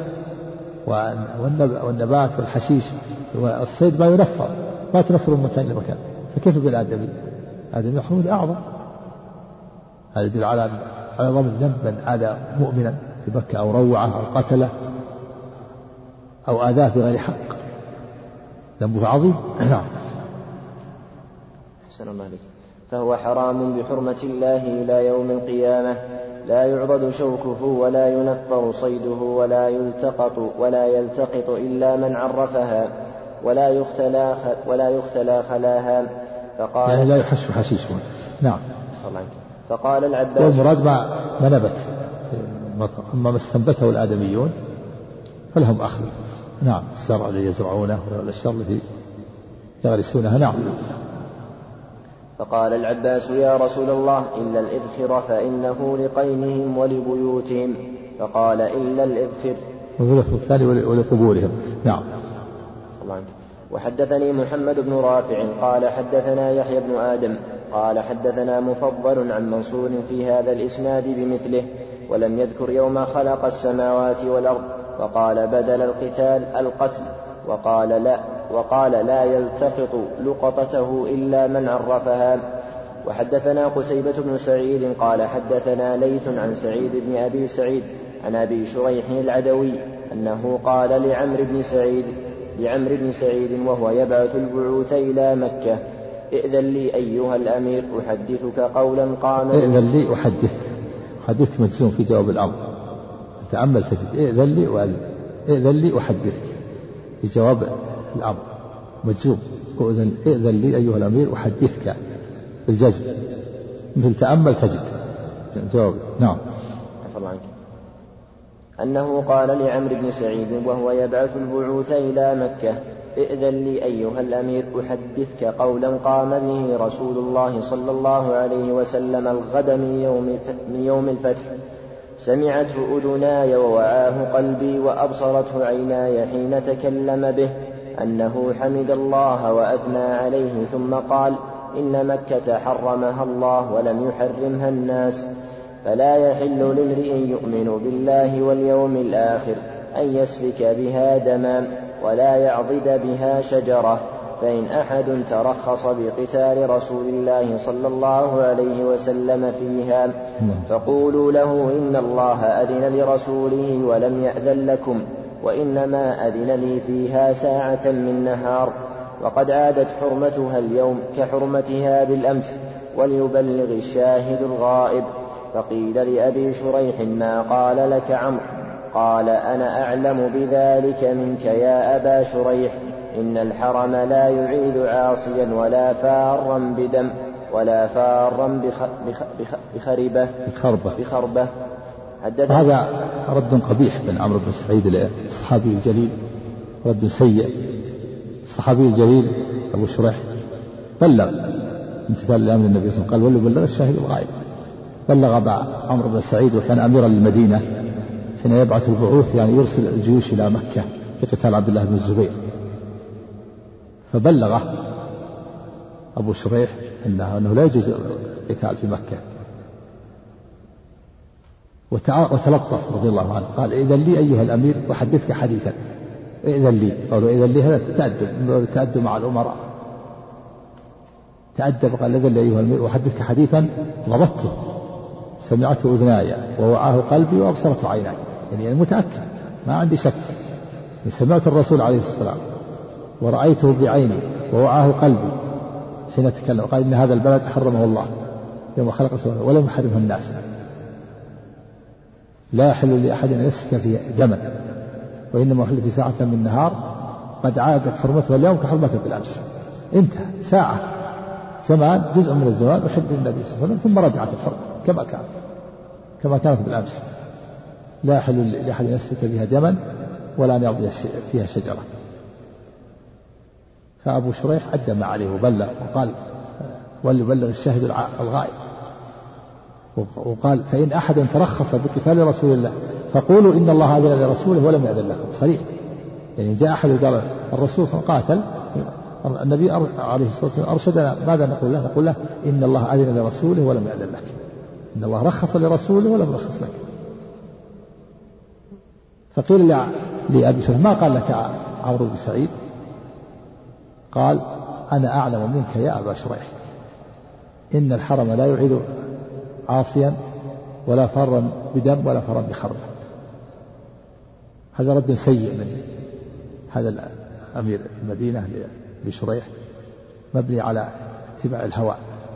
B: والنبات والحشيش والصيد ما ينفر، ما تنفر من مكان لمكان، فكيف بالآدمي؟ آدمي حرمة أعظم. هذا يدل على عظم الذنب من آذى مؤمنا في مكة أو روعه أو قتله أو آذاه بغير حق، ذنبه عظيم. نعم.
D: أحسن الله عليك. فهو حرام بحرمة الله إلى يوم القيامة، لا يعضد شوكه ولا ينفر صيده ولا يلتقط إلا من عرفها ولا يختلى خلاها. فقال
B: يعني لا يحش حشيش. نعم.
D: فقال العباس
B: والمراد ما نبت المطر، أما ما استنبته الآدميون فلهم أخذ. نعم. الزرع الذي يزرعونه والأشجار التي يغرسونها. نعم.
D: فقال العباس يا رسول الله إلا الإبخر فإنه لقينهم ولبيوتهم. فقال إلا الإبخر
B: الثاني ولقبورهم. نعم.
D: وحدثني محمد بن رافع قال حدثنا يحيى بن آدم قال حدثنا مفضل عن منصور في هذا الإسناد بمثله، ولم يذكر يوم خلق السماوات والأرض، وقال بدل القتال القتل، وقال لا يلتقط لقطته إلا من عرفها. وحدثنا قتيبة بن سعيد قال حدثنا ليث عن سعيد بن أبي سعيد عن أبي شريح العدوي أنه قال لعمرو بن سعيد وهو يبعث البعوث إلى مكة ائذن لي أيها الأمير أحدثك قولا قام.
B: ائذن لي أحدثك مجزوم في جواب الأمر، تأمل تجد ائذن لي أحدثك في جواب الأمر مجزوم، ائذن لي أيها الأمير أحدثك بالجزم، مثل تأمل تجد جواب. نعم.
D: أنه قال لعمرو بن سعيد وهو يبعث البعوث إلى مكة ائذن لي أيها الأمير أحدثك قولا قام به رسول الله صلى الله عليه وسلم الغد من يوم الفتح، سمعته أذناي ووعاه قلبي وأبصرته عيناي حين تكلم به، أنه حمد الله وأثنى عليه ثم قال إن مكة حرمها الله ولم يحرمها الناس، فلا يحل لامرئ يؤمن بالله واليوم الآخر أن يسفك بها دما ولا يعضد بها شجرة، فإن أحد ترخص بقتال رسول الله صلى الله عليه وسلم فيها فقولوا له إن الله أذن لرسوله ولم يأذن لكم، وإنما أذن لي فيها ساعة من نهار، وقد عادت حرمتها اليوم كحرمتها بالأمس، وليبلغ الشاهد الغائب. فقيل لأبي شريح ما قال لك عمرو؟ قال أنا أعلم بذلك منك يا أبا شريح، إن الحرم لا يعيد عاصيا ولا فارا بدم ولا فارا بخربة.
B: هذا رد قبيح من عمرو بن سعيد الصحابي الجليل، رد سيء. الصحابي الجليل أبو شريح بلغ امتثال لأمر النبي صلى الله عليه وسلم، قال ولو بلغ الشاهد الغائب. بلغ عمرو بن سعيد وكان أميرا للمدينة حين يبعث البعوث، يعني يرسل الجيوش إلى مكة لقتال عبد الله بن الزبير، فبلغه أبو شريح أنه لا يجوز القتال في مكة، وتلطف رضي الله عنه قال إذن لي أيها الأمير أحدثك حديثا. إذن لي، قالوا إذن لي، هذا تأدب مع الأمراء، تأدب. قال إذن لي أيها الأمير أحدثك حديثا ضبطته، سمعته أذناي ووعاه قلبي وأبصرته عيناي، يعني متأكد ما عندي شك، سمعت الرسول عليه الصلاة والسلام ورأيته بعيني ووعاه قلبي حين تكلم، قال إن هذا البلد حرمه الله يوم خلق السماوات ولم يحرمه الناس، لا يحل لأحد أن يسفك فيه دما وإنما أحل في ساعة من النهار قد عادت حرمتها اليوم كحرمتها بالأمس. انتهى ساعة زمان جزء من الزمان أحل للنبي صلى الله عليه وسلم ثم رجعت الحرمة كما كانت بالأمس. لا يحل لأحد أن يسفك بها دما ولا أن يعضي فيها شجرة. فأبو شريح أدى ما عليه وبلغ وقال وليبلغ الشاهد الغائب. وقال فإن أحد ترخص بقتال رسول الله فقولوا إن الله أذن لرسوله ولم يأذن لكم. صريح يعني جاء أحد قال الرسول قاتل النبي عليه الصلاة والسلام أرشدنا ماذا نقول له؟ نقول له إن الله أذن لرسوله ولم يأذن لك. إن الله رخص لرسوله ولم يرخص لك. فقيل لأبي شريح ما قال لك عمرو بن سعيد؟ قال أنا أعلم منك يا أبا شريح إن الحرم لا يعيد عاصيا ولا فرا بدم ولا فرا بخربة. هذا رد سيء من هذا الأمير المدينة لشريح مبني على اتباع الهوى.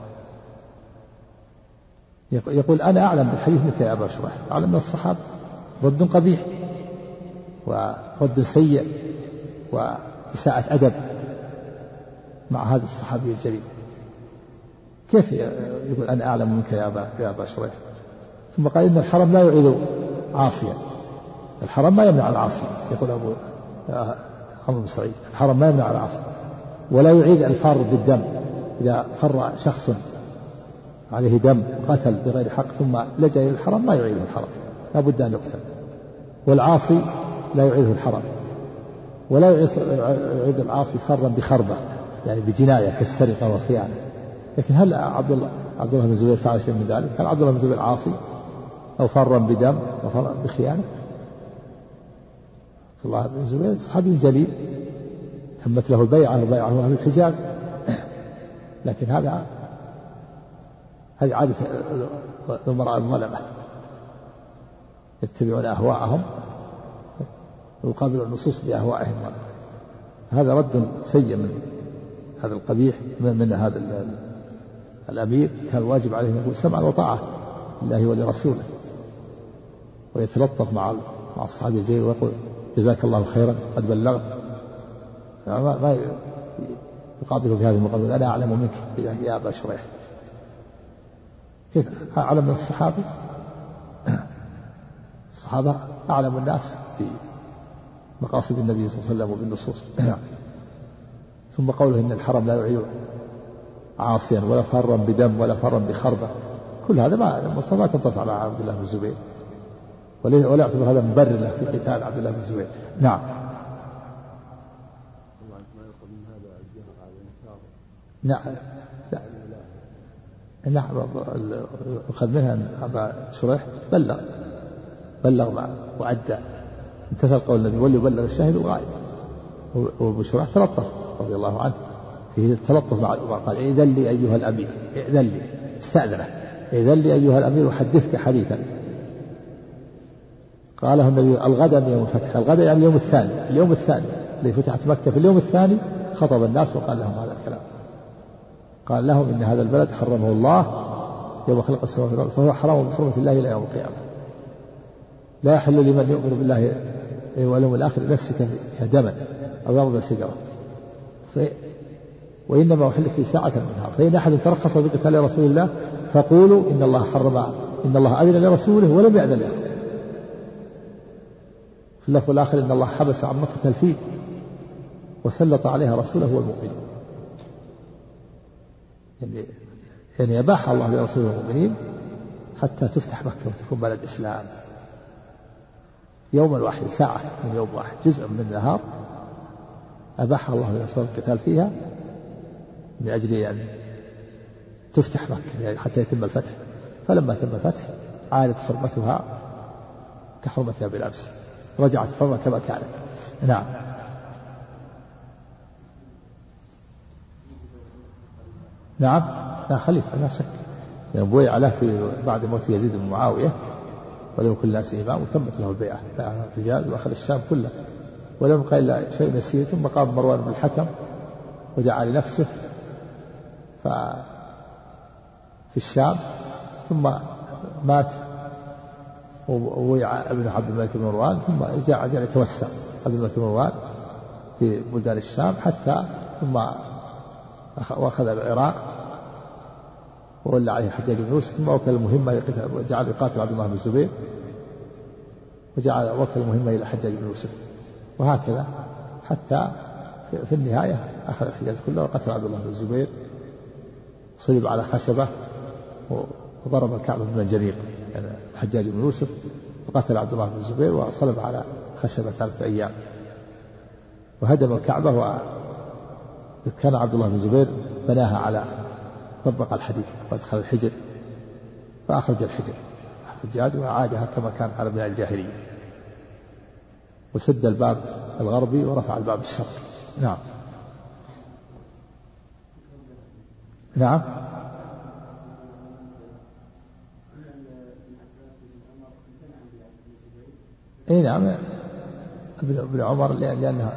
B: يقول أنا أعلم بالحديث منك يا أبا شريح، أعلم من الصحابة. رد قبيح ورد سيء وإساءة أدب مع هذا الصحابي الجليل. كيف يقول أنا أعلم منك يا أبا شريح؟ ثم قال إن الحرم لا يعيد عاصيا. الحرم ما يمنع العاصي، يقول أبو عمرو بن سعيد الحرم ما يمنع العاصي ولا يعيد الفار بالدم. إذا فر شخص عليه دم قتل بغير حق ثم لجأ إلى الحرم ما يعيده الحرم، لا بد أن يقتل. والعاصي لا يعيده الحرم ولا يعيد العاصي فرا بخربة يعني بجناية كالسرقة والخيانة. لكن هل عبد الله بن الزبير فعل شيء من ذلك؟ هل عبد الله بن الزبير عاصي أو فرا بدم وفرا بخيانة؟ عبد الله بن الزبير صحابي جليل تمت له البيعة وبيعه أهل الحجاز. لكن هذه عادة الأمراء الظلمة يتبعون أهواءهم ويقابلون النصوص بأهوائهم. هذا رد سيء من هذا القبيح من هذا الأمير. كان واجب عليه أن يقول سمعا وطاعة لله ولرسوله ويتلطف مع الصحابي الجليل ويقول جزاك الله خيرا قد بلغت. ما يقابله بهذه المقابلة أنا أعلم منك يا أبا شريح. كيف أعلم من الصحابة؟ الصحابة أعلم الناس بمقاصد النبي صلى الله عليه وسلم وبالنصوص. ثم قوله إن الحرم لا يعيد عاصيا ولا فرا بدم ولا فرا بخربة، كل هذا ما تنطبق على عبد الله بن الزبير ولا يعتبر هذا مبرر له في قتال عبد الله بن الزبير. نعم. نعم نعم أخذ منها أن أبا شريح بلغ وأدى امتثل قول النبي وليبلغ الشاهد الغائب. وأبو شريح تلطف رضي الله عنه فيه التلطف مع الأمراء. قال إذن لي أيها الأمير، إذن لي استأذنه، إذن لي أيها الأمير أحدثك حديثا. قاله النبي الغد من يوم الفتح. الغد يعني اليوم الثاني اللي فتحت مكة. في اليوم الثاني خطب الناس وقال لهم هذا الكلام. قال لهم إن هذا البلد حرمه الله يوم خلق السماوات والأرض فهو حرام بحرمة الله إلى يوم القيامة. لا يحل لمن يؤمن بالله واليوم الآخر أن يسفك دما أو يضرب شجرة. وإنما أحلت في ساعة من النهار. فإن أحد ترخص بقتال رسول الله فقولوا إن الله أذن لرسوله ولم يأذن له. في اللفظ الآخر إن الله حبس عن مكة الفيل وسلط عليها رسوله والمؤمنين. يعني يباح الله لرسوله والمؤمنين حتى تفتح مكة وتكون بلد إسلام. يوم واحد ساعة من يوم واحد جزء من النهار أباح الله لرسوله القتال فيها من أجل أن تفتح مكة يعني حتى يتم الفتح. فلما تم الفتح عادت حرمتها كحرمتها بالأمس، رجعت حرمة كما كانت. نعم. نعم لا خليفة لا شك. يعني بويع له في بعد موت يزيد بن معاوية ولو كل الناس إمام وثبت له البيعة الحجاز وأخذ الشام كله ولم يبقى إلا شيء يسير. ثم قام مروان بن الحكم ودعا لنفسه في الشام ثم مات وويع ابن عبد الملك بن مروان، ثم جاء يتوسع عبد الملك بن مروان في بلدان الشام حتى ثم واخذ العراق وولى عليه الحجاج بن يوسف، ثم وكل المهمة وجعل يقاتل عبد الله بن الزبير، وجعل وكل المهمة إلى الحجاج بن يوسف، وهكذا حتى في النهاية أخذ الحجاز كله وقتل عبد الله بن الزبير، صلب على خشبة وضرب الكعبة من الجنيق، يعني الحجاج بن يوسف، وقتل عبد الله بن الزبير وصلب على خشبة 3 أيام، وهدم الكعبة. وكان عبد الله بن الزبير بناها على طبق الحديث وادخل الحجر فأخرج الحجر الحجاج وأعادها كما كان على بناء الجاهلية، وسد الباب الغربي ورفع الباب الشرقي. نعم. نعم. اي نعم. ابن عمر لأنها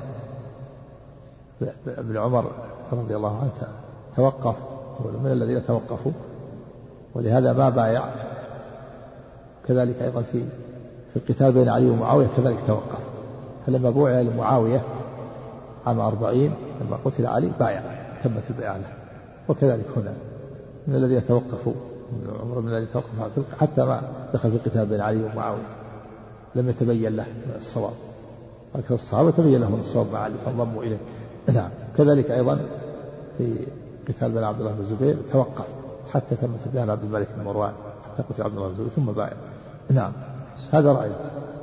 B: ابن عمر رضي الله عنه توقف، من الذين توقفوا، ولهذا ما بايع. كذلك أيضا في القتال بين علي ومعاوية كذلك توقف، فلما بويع لمعاوية عام 40 لما قتل علي بايع، تمت البيعة له. وكذلك هنا من الذين توقفوا، عمر من الذين توقف حتى ما دخل في القتال بين علي ومعاوية لم يتبين له الصواب، ولكن الصحابة تبين لهم الصواب مع علي فانضموا إليه. نعم. كذلك أيضا في قتال بين عبد الله بن الزبير توقف حتى تمت بيعة عبد الملك بن مروان، حتى قتل عبد الله بن الزبير ثم بايع. نعم. هذا رأيه.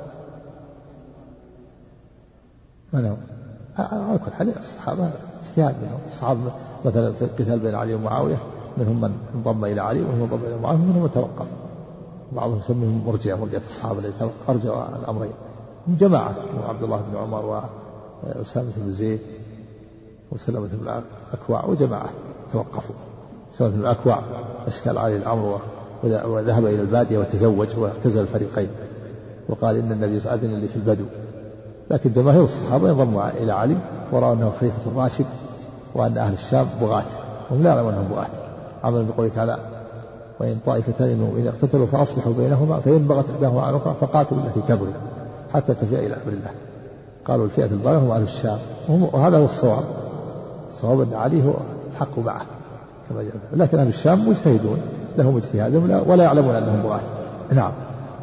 B: من هو؟ على كل حال الصحابة اجتهاد منهم. الصحابة مثلا في القتال بين علي ومعاوية منهم من انضم إلى علي ومنهم انضم إلى معاوية ومنهم من توقف. بعضهم يسميهم مرجع الصحابة الذين أرجعوا الأمرين، جماعة عبد الله بن عمر وأسامة بن زيد وسلمة بن الأكوع وجماعة توقفوا. سلمة بن الأكوع أشكال عليه الأمر وذهب إلى البادية وتزوج واعتزل الفريقين وقال إن النبي أذن لي في البدو. لكن جماهير الصحابة انضموا إلى علي ورأوا أنه خليفة راشد وأن أهل الشام بغاة، وهم لا يعلمون أنهم بغاة، عملا بقوله تعالى وإن طائفتان من المؤمنين اقتتلوا فأصلحوا بينهما فإن بغت إحداهما على الأخرى فقاتلوا التي تبغي حتى تفيء إلى أمر الله. قالوا الفئة الباغية هم أهل الشام، وهذا هو الصواب. الصواب أن علي هو الحق معه كما جاء، لكن أهل الشام مجتهدون لهم اجتهادهم ولا يعلمون أنهم بغاة. نعم.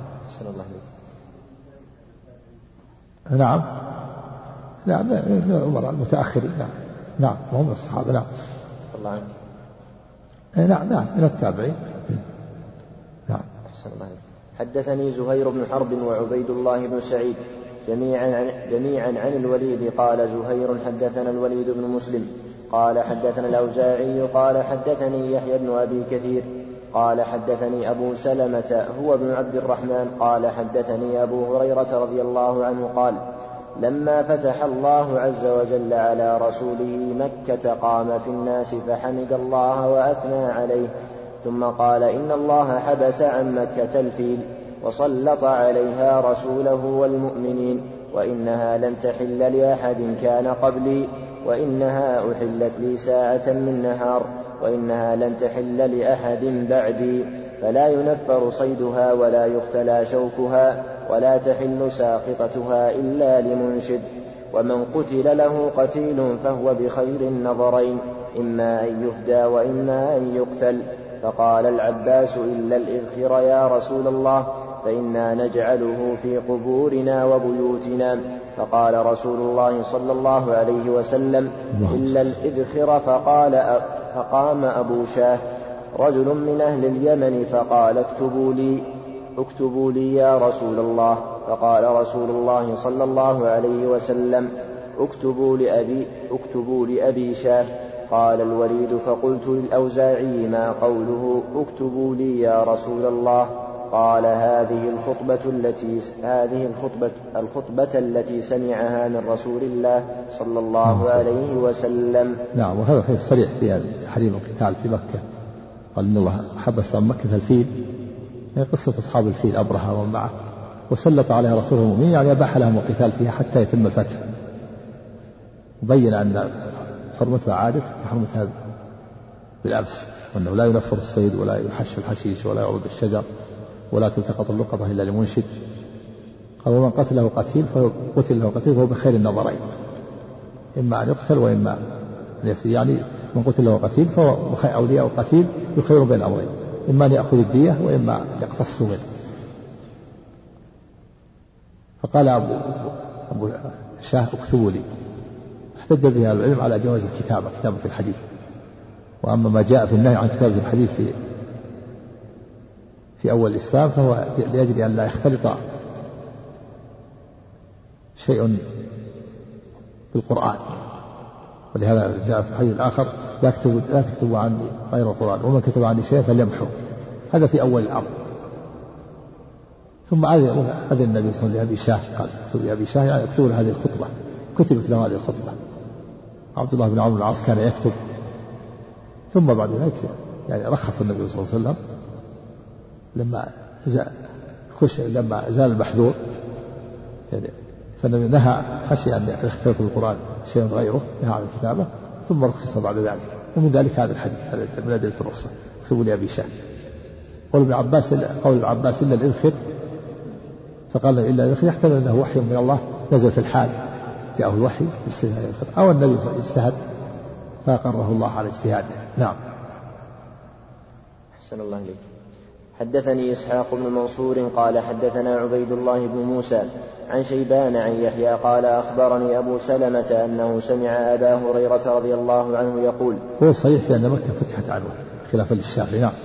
B: نعم. نعم من الأمراء المتأخرين. نعم. نعم وهم الصحابة. نعم.
D: الله عنك.
B: نعم. نعم من التابعين. نعم.
D: أحسن الله. حدثني زهير بن حرب وعبيد الله بن سعيد جميعا عن الوليد قال زهير حدثنا الوليد بن مسلم قال حدثنا الأوزاعي قال حدثني يحيى بن أبي كثير قال حدثني أبو سلمة هو ابن عبد الرحمن قال حدثني أبو هريرة رضي الله عنه قال لما فتح الله عز وجل على رسوله مكة قام في الناس فحمد الله وأثنى عليه، ثم قال إن الله حبس عن مكة الفيل وسلط عليها رسوله والمؤمنين، وإنها لن تحل لأحد كان قبلي، وإنها أحلت لي ساعة من نهار، وإنها لن تحل لأحد بعدي، فلا ينفر صيدها ولا يختلى شوكها ولا تحل ساقطتها إلا لمنشد، ومن قتل له قتيل فهو بخير النظرين إما أن يفدى وإما أن يقتل. فقال العباس إلا الإذخر يا رسول الله فإنا نجعله في قبورنا وبيوتنا. فقال رسول الله صلى الله عليه وسلم إلا الإذخر. فقام أبو شاه رجل من أهل اليمن فقال اكتبوا لي يا رسول الله. فقال رسول الله صلى الله عليه وسلم اكتبوا لأبي شاه. قال الوليد فقلت للأوزاعي ما قوله اكتبوا لي يا رسول الله؟ قال هذه الخطبة التي سمعها من رسول الله صلى الله عليه وسلم.
B: نعم. وهذا خير صريح في تحريم القتال في مكة. قال إن الله حبس عن مكة الفيل، يعني قصة أصحاب الفيل أبرهة ومن معه، وسلط عليها رسوله المؤمنين، يعني أباح لهم القتال فيها حتى يتم الفتح، وبين أن حرمتها عادت كحرمتها بالأمس، وأنه لا ينفر الصيد ولا يحش الحشيش ولا يعود الشجر ولا تلتقط اللقطة إلا لمنشد. قال ومن قتله قتيل فهو بخير النظرين، إما أن يقتل وإما أن يفسد. يعني من قتله قتيل فهو أولياء القتيل يخير بين الأمرين، إما أن يأخذ الدية وإما أن يقتص منه. فقال أبو شاه اكتبوا لي. احتج به العلم على جواز كتابة الحديث. وأما ما جاء في النهي عن كتابة الحديث في أول الإسلام فهو لأجل أن لا يختلط شيء بالقرآن، ولهذا جاء في الحديث الآخر لا تكتبوا عني غير القرآن، ومن كتب عني شيئا فليمحو. هذا في أول الأمر. ثم أذن النبي صلى الله عليه وسلم لأبي شاه، قال اكتب لأبي شاه يعني اكتبوا له هذه الخطبة. كتبت له هذه الخطبة. عبد الله بن عمرو بن العاص كان يكتب. ثم بعد ذلك يعني رخص النبي صلى الله عليه وسلم لما زال المحذور، يعني فالنبي نهى خشي أن يختلط بالقرآن شيء غيره، نهى عن الكتابة، ثم رخص بعد ذلك. ومن ذلك هذا الحديث، هذا من أدلة الرخصة. اكتبوا لأبي شاه. قول ابن عباس إلا الإذخر، فقال إلا الإذخر يحتمل أنه وحي من الله نزل في الحال، جاءه الوحي أو النبي اجتهد فأقره الله على اجتهاده. نعم.
D: أحسن الله إليك. حدثني إسحاق بن منصور قال حدثنا عبيد الله بن موسى عن شيبان عن يحيى قال أخبرني أبو سلمة أنه سمع أبا هريرة رضي الله عنه يقول.
B: هو صحيح في أن مكة فتحت عنه خلافا للشافعي. نعم.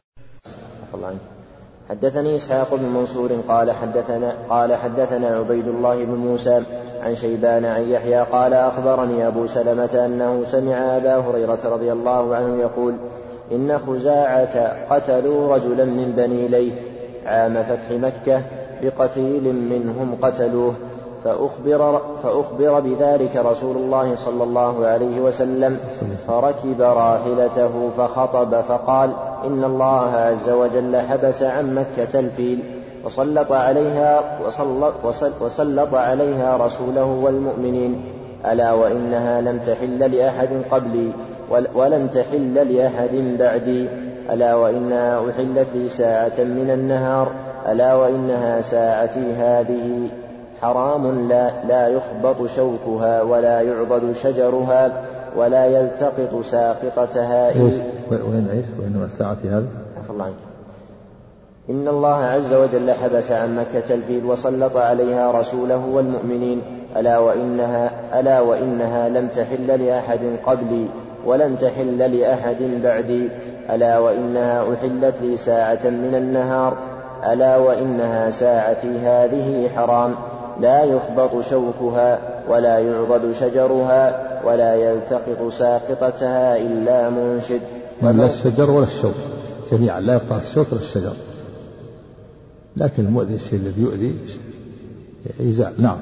D: حدثني إسحاق بن منصور قال حدثنا عبيد الله بن موسى عن شيبان عن يحيى قال أخبرني أبو سلمة أنه سمع أبا هريرة رضي الله عنه يقول إن خزاعة قتلوا رجلا من بني ليث عام فتح مكة بقتيل منهم قتلوه، فأخبر بذلك رسول الله صلى الله عليه وسلم، فركب راحلته فخطب فقال إن الله عز وجل حبس عن مكة الفيل وسلط عليها رسوله والمؤمنين، ألا وإنها لم تحل لأحد قبلي ولم تحل لأحد بعدي، ألا وإنها أحلت لي ساعة من النهار، ألا وإنها ساعتي هذه حرام لا يخبط شوكها ولا يعضد شجرها ولا يلتقط ساقطتها.
B: وإنما ساعتي هذه
D: إن الله عز وجل حبس عن مكة الفيل وسلط عليها رسوله والمؤمنين، ألا وإنها لم تحل لأحد قبلي ولم تحل لأحد بعدي، ألا وإنها أحلت لي ساعة من النهار، ألا وإنها ساعتي هذه حرام لا يخبط شوكها ولا يعضد شجرها ولا يلتقط ساقطتها إلا منشد.
B: لا الشجر ولا الشوك جميعا، لا يقطع الشوك ولا الشجر، لكن المؤذي الشيء الذي يؤذي يزال. نعم.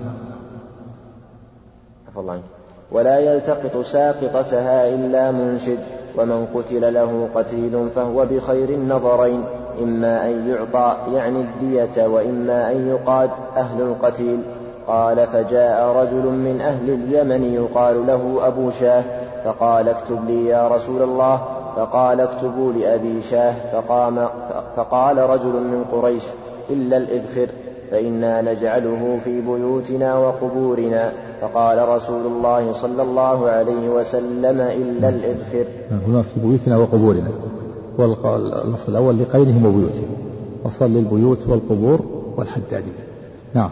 D: ولا يلتقط ساقطتها إلا منشد. ومن قتل له قتيل فهو بخير النظرين، إما أن يعطى يعني الدية وإما أن يقاد أهل القتيل. قال فجاء رجل من أهل اليمن يقال له أبو شاه فقال اكتب لي يا رسول الله، فقال اكتبوا لأبي شاه. فقال رجل من قريش إلا الإذخر فإنا نجعله في بيوتنا وقبورنا. فقال رسول الله صلى الله عليه وسلم إلا الإذخر.
B: هنا في بيوتنا وقبورنا، واللفظ الأول لقينهم وبيوتهم، وصل للبيوت والقبور والحدادين. نعم.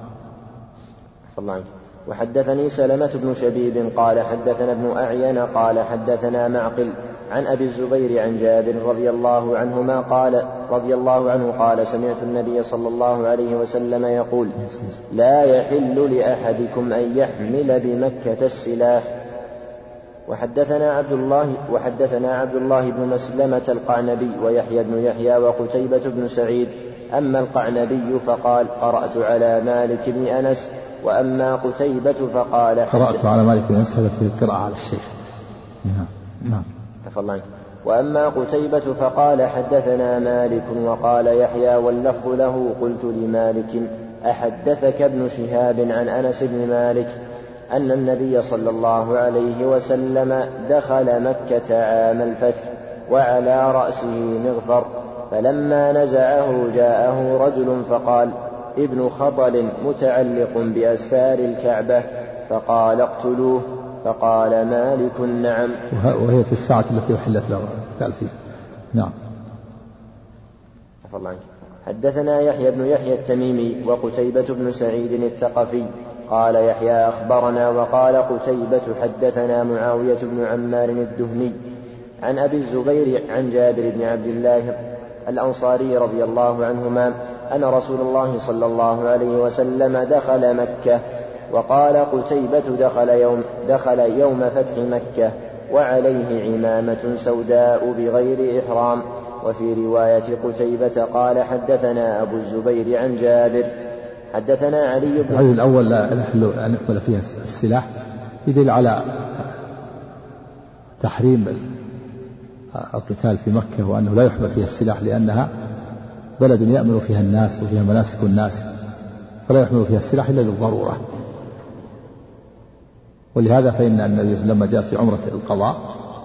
D: وحدثني سلمة بن شبيب قال حدثنا ابن أعين قال حدثنا معقل عن أبي الزبير عن جابر رضي الله عنه قال سمعت النبي صلى الله عليه وسلم يقول لا يحل لأحدكم أن يحمل بمكة السلاح. وحدثنا عبد الله بن مسلمة القعنبي ويحيى بن يحيى وقتيبة بن سعيد. أما القعنبي فقال قرأت على مالك بن أنس، وأما قتيبة فقال
B: قرأت على مالك بن أنس، هذا في القراءة على الشيخ. نعم.
D: وأما قتيبة فقال حدثنا مالك، وقال يحيى واللفظ له قلت لمالك أحدثك ابن شهاب عن أنس بن مالك أن النبي صلى الله عليه وسلم دخل مكة عام الفتح وعلى رأسه مغفر، فلما نزعه جاءه رجل فقال: ابن خطل متعلق بأسفار الكعبة، فقال: اقتلوه. فقال مالك: نعم.
B: وهي في الساعة التي أحلت له قال فيها. نعم.
D: عفى الله عنك. حدثنا يحيى بن يحيى التميمي وقتيبة بن سعيد الثقفي. قال يحيى: أخبرنا. وقال قتيبة: حدثنا معاوية بن عمار الدهني عن أبي الزبير عن جابر بن عبد الله الأنصاري رضي الله عنهما أن رسول الله صلى الله عليه وسلم دخل مكة. وقال قتيبة: دخل يوم فتح مكة وعليه عمامة سوداء بغير إحرام. وفي رواية قتيبة قال: حدثنا أبو الزبير عن جابر. حدثنا علي بن
B: الحديث الأول لا يحل أن يقبل فيها السلاح، يدل على تحريم القتال في مكة، وأنه لا يحمل فيها السلاح لأنها بلد يأمن فيها الناس وفيها مناسك الناس، فلا يحمل فيها السلاح إلا للضرورة. ولهذا فإن النبي لما جاء في عمرة القضاء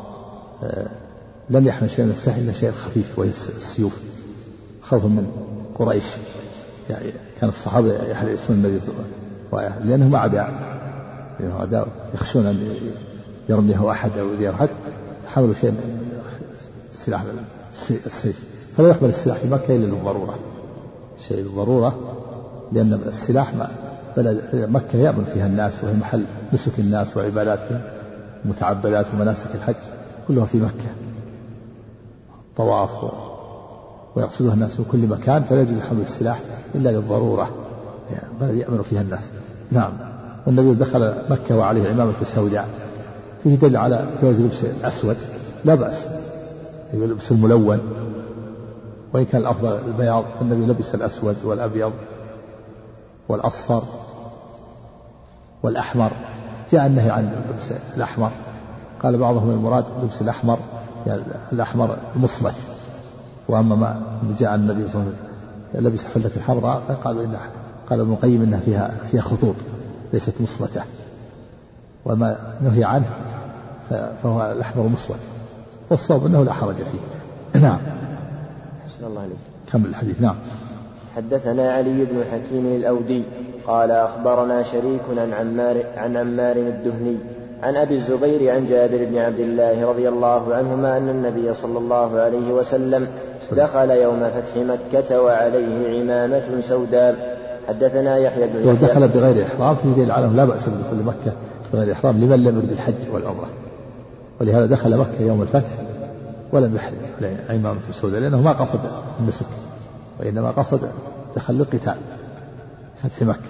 B: لم يحمل شيء من السلاح إلا شيء خفيف وهي السيوف، خوفا من قريش. يعني كان الصحابة يحرسون النبي لأنهم أعداء يخشون أن يرميه أحد أو يؤذيه أحد، حملوا شيء من السلاح السيف، فلا يحمل السلاح في مكة إلا للضرورة، شيء للضرورة، لأن السلاح بلد مكة يأمن فيها الناس، وهي محل نسك الناس وعباداتهم ومتعبدات ومناسك الحج كلها في مكة، طواف ويقصدها الناس من كل مكان، فلا يجوز حمل السلاح إلا للضرورة، بلد يأمن فيها الناس. نعم. والنبي دخل مكة وعليه عمامة سوداء، فيه دل على جواز لبس الأسود، لا بأس لبس الملون، وإن كان الأفضل البياض، النبي لبس الأسود والأبيض والأصفر والأحمر. جاء النهي عن لبس الأحمر، قال بعضهم المراد لبس الأحمر يعني الأحمر المصمت، وأما ما جاء النبي صلى الله عليه وسلم لبس حلة الحمراء فقالوا قال ابن القيم إنها فيها خطوط ليست مصمتة، وما نهي عنه فهو الأحمر مصمت، والصواب أنه لا حرج فيه. نعم.
D: أحسن الله عليك.
B: كمل الحديث. نعم.
D: حدثنا علي بن حكيم الأودي قال: أخبرنا شريك عن عمار الدهني عن أبي الزبير عن جابر بن عبد الله رضي الله عنهما أن النبي صلى الله عليه وسلم دخل يوم فتح مكة وعليه عمامة سوداء. حدثنا يحيى بن يحيى.
B: دخل بغير إحرام في دليل على لا بأس بدخول مكة بغير إحرام لمن لم يرد الحج والعمرة، ولهذا دخل مكة يوم الفتح ولم يحرم عمامة سوداء، لأنه ما قصد النسك، وإنما قصد دخل للقتال فتح مكة.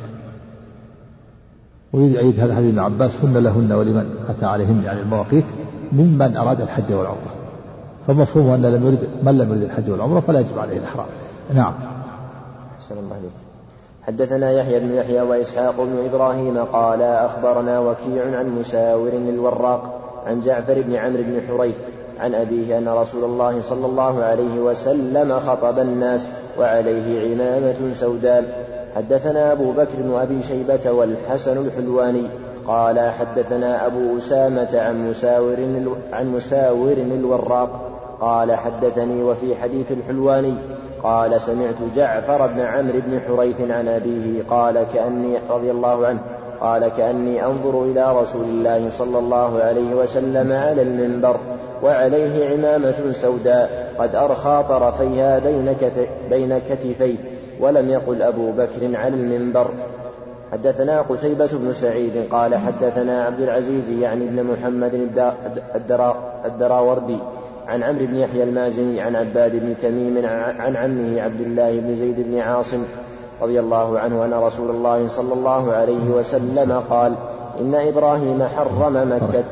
B: ويعيد هذا حديث ابن عباس: هن لهن ولمن أتى عليهن يعني المواقيت ممن أراد الحج والعمرة، فمفهوم أن من لم يرد الحج والعمرة فلا يجب عليه الإحرام. نعم.
D: أحسن الله عليك. حدثنا يحيى بن يحيى وإسحاق بن إبراهيم قال: أخبرنا وكيع عن مساور الوراق عن جعفر بن عمرو بن حريث عن أبيه أن رسول الله صلى الله عليه وسلم خطب الناس وعليه عمامة سوداء. حدثنا أبو بكر وأبي شيبة والحسن الحلواني قال: حدثنا أبو أسامة عن مساور الوراق قال: حدثني وفي حديث الحلواني قال: سمعت جعفر بن عمرو بن حريث عن أبيه قال: كأني رضي الله عنه قال: كأني أنظر إلى رسول الله صلى الله عليه وسلم على المنبر وعليه عمامة سوداء قد أرخى طرفيها بين كتفيه، ولم يقل أبو بكر على المنبر. حدثنا قتيبة بن سعيد قال: حدثنا عبد العزيز يعني بن محمد الدراوردي عن عمرو بن يحيى المازني عن عباد بن تميم عن عمه عبد الله بن زيد بن عاصم رضي الله عنه أن رسول الله صلى الله عليه وسلم قال: إن إبراهيم حرم مكة.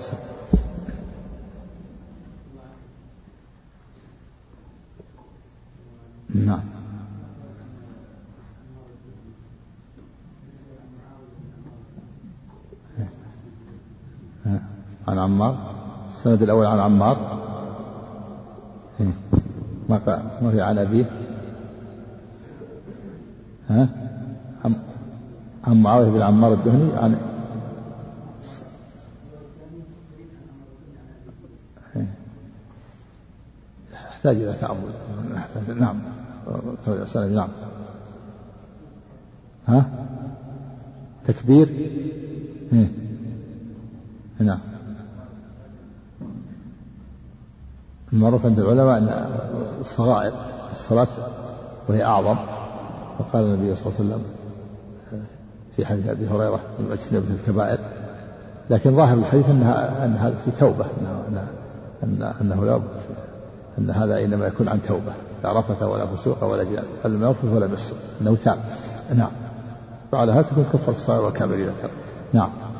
B: نعم. عن عمار، السند الأول عن عمار ما في عن أبيه، عن معاوية بن عمار الدهني عن يحتاج إلى تأمل. نعم. نعم. ها تكبير. نعم. المعروف عند العلماء أن الصغائر الصلاة وهي أعظم، وقال النبي صلى الله عليه وسلم في حديث أبي هريرة من اجتنبت الكبائر، لكن ظاهر الحديث أنها في توبة، أنه لا، أن هذا إنما يكون عن توبة، لا رفث ولا فسوق ولا جدال، فلم يرفث ولا يفسق، أنه تاب. نعم. وعلى هذا تكون كفر الصغائر والكبائر. نعم.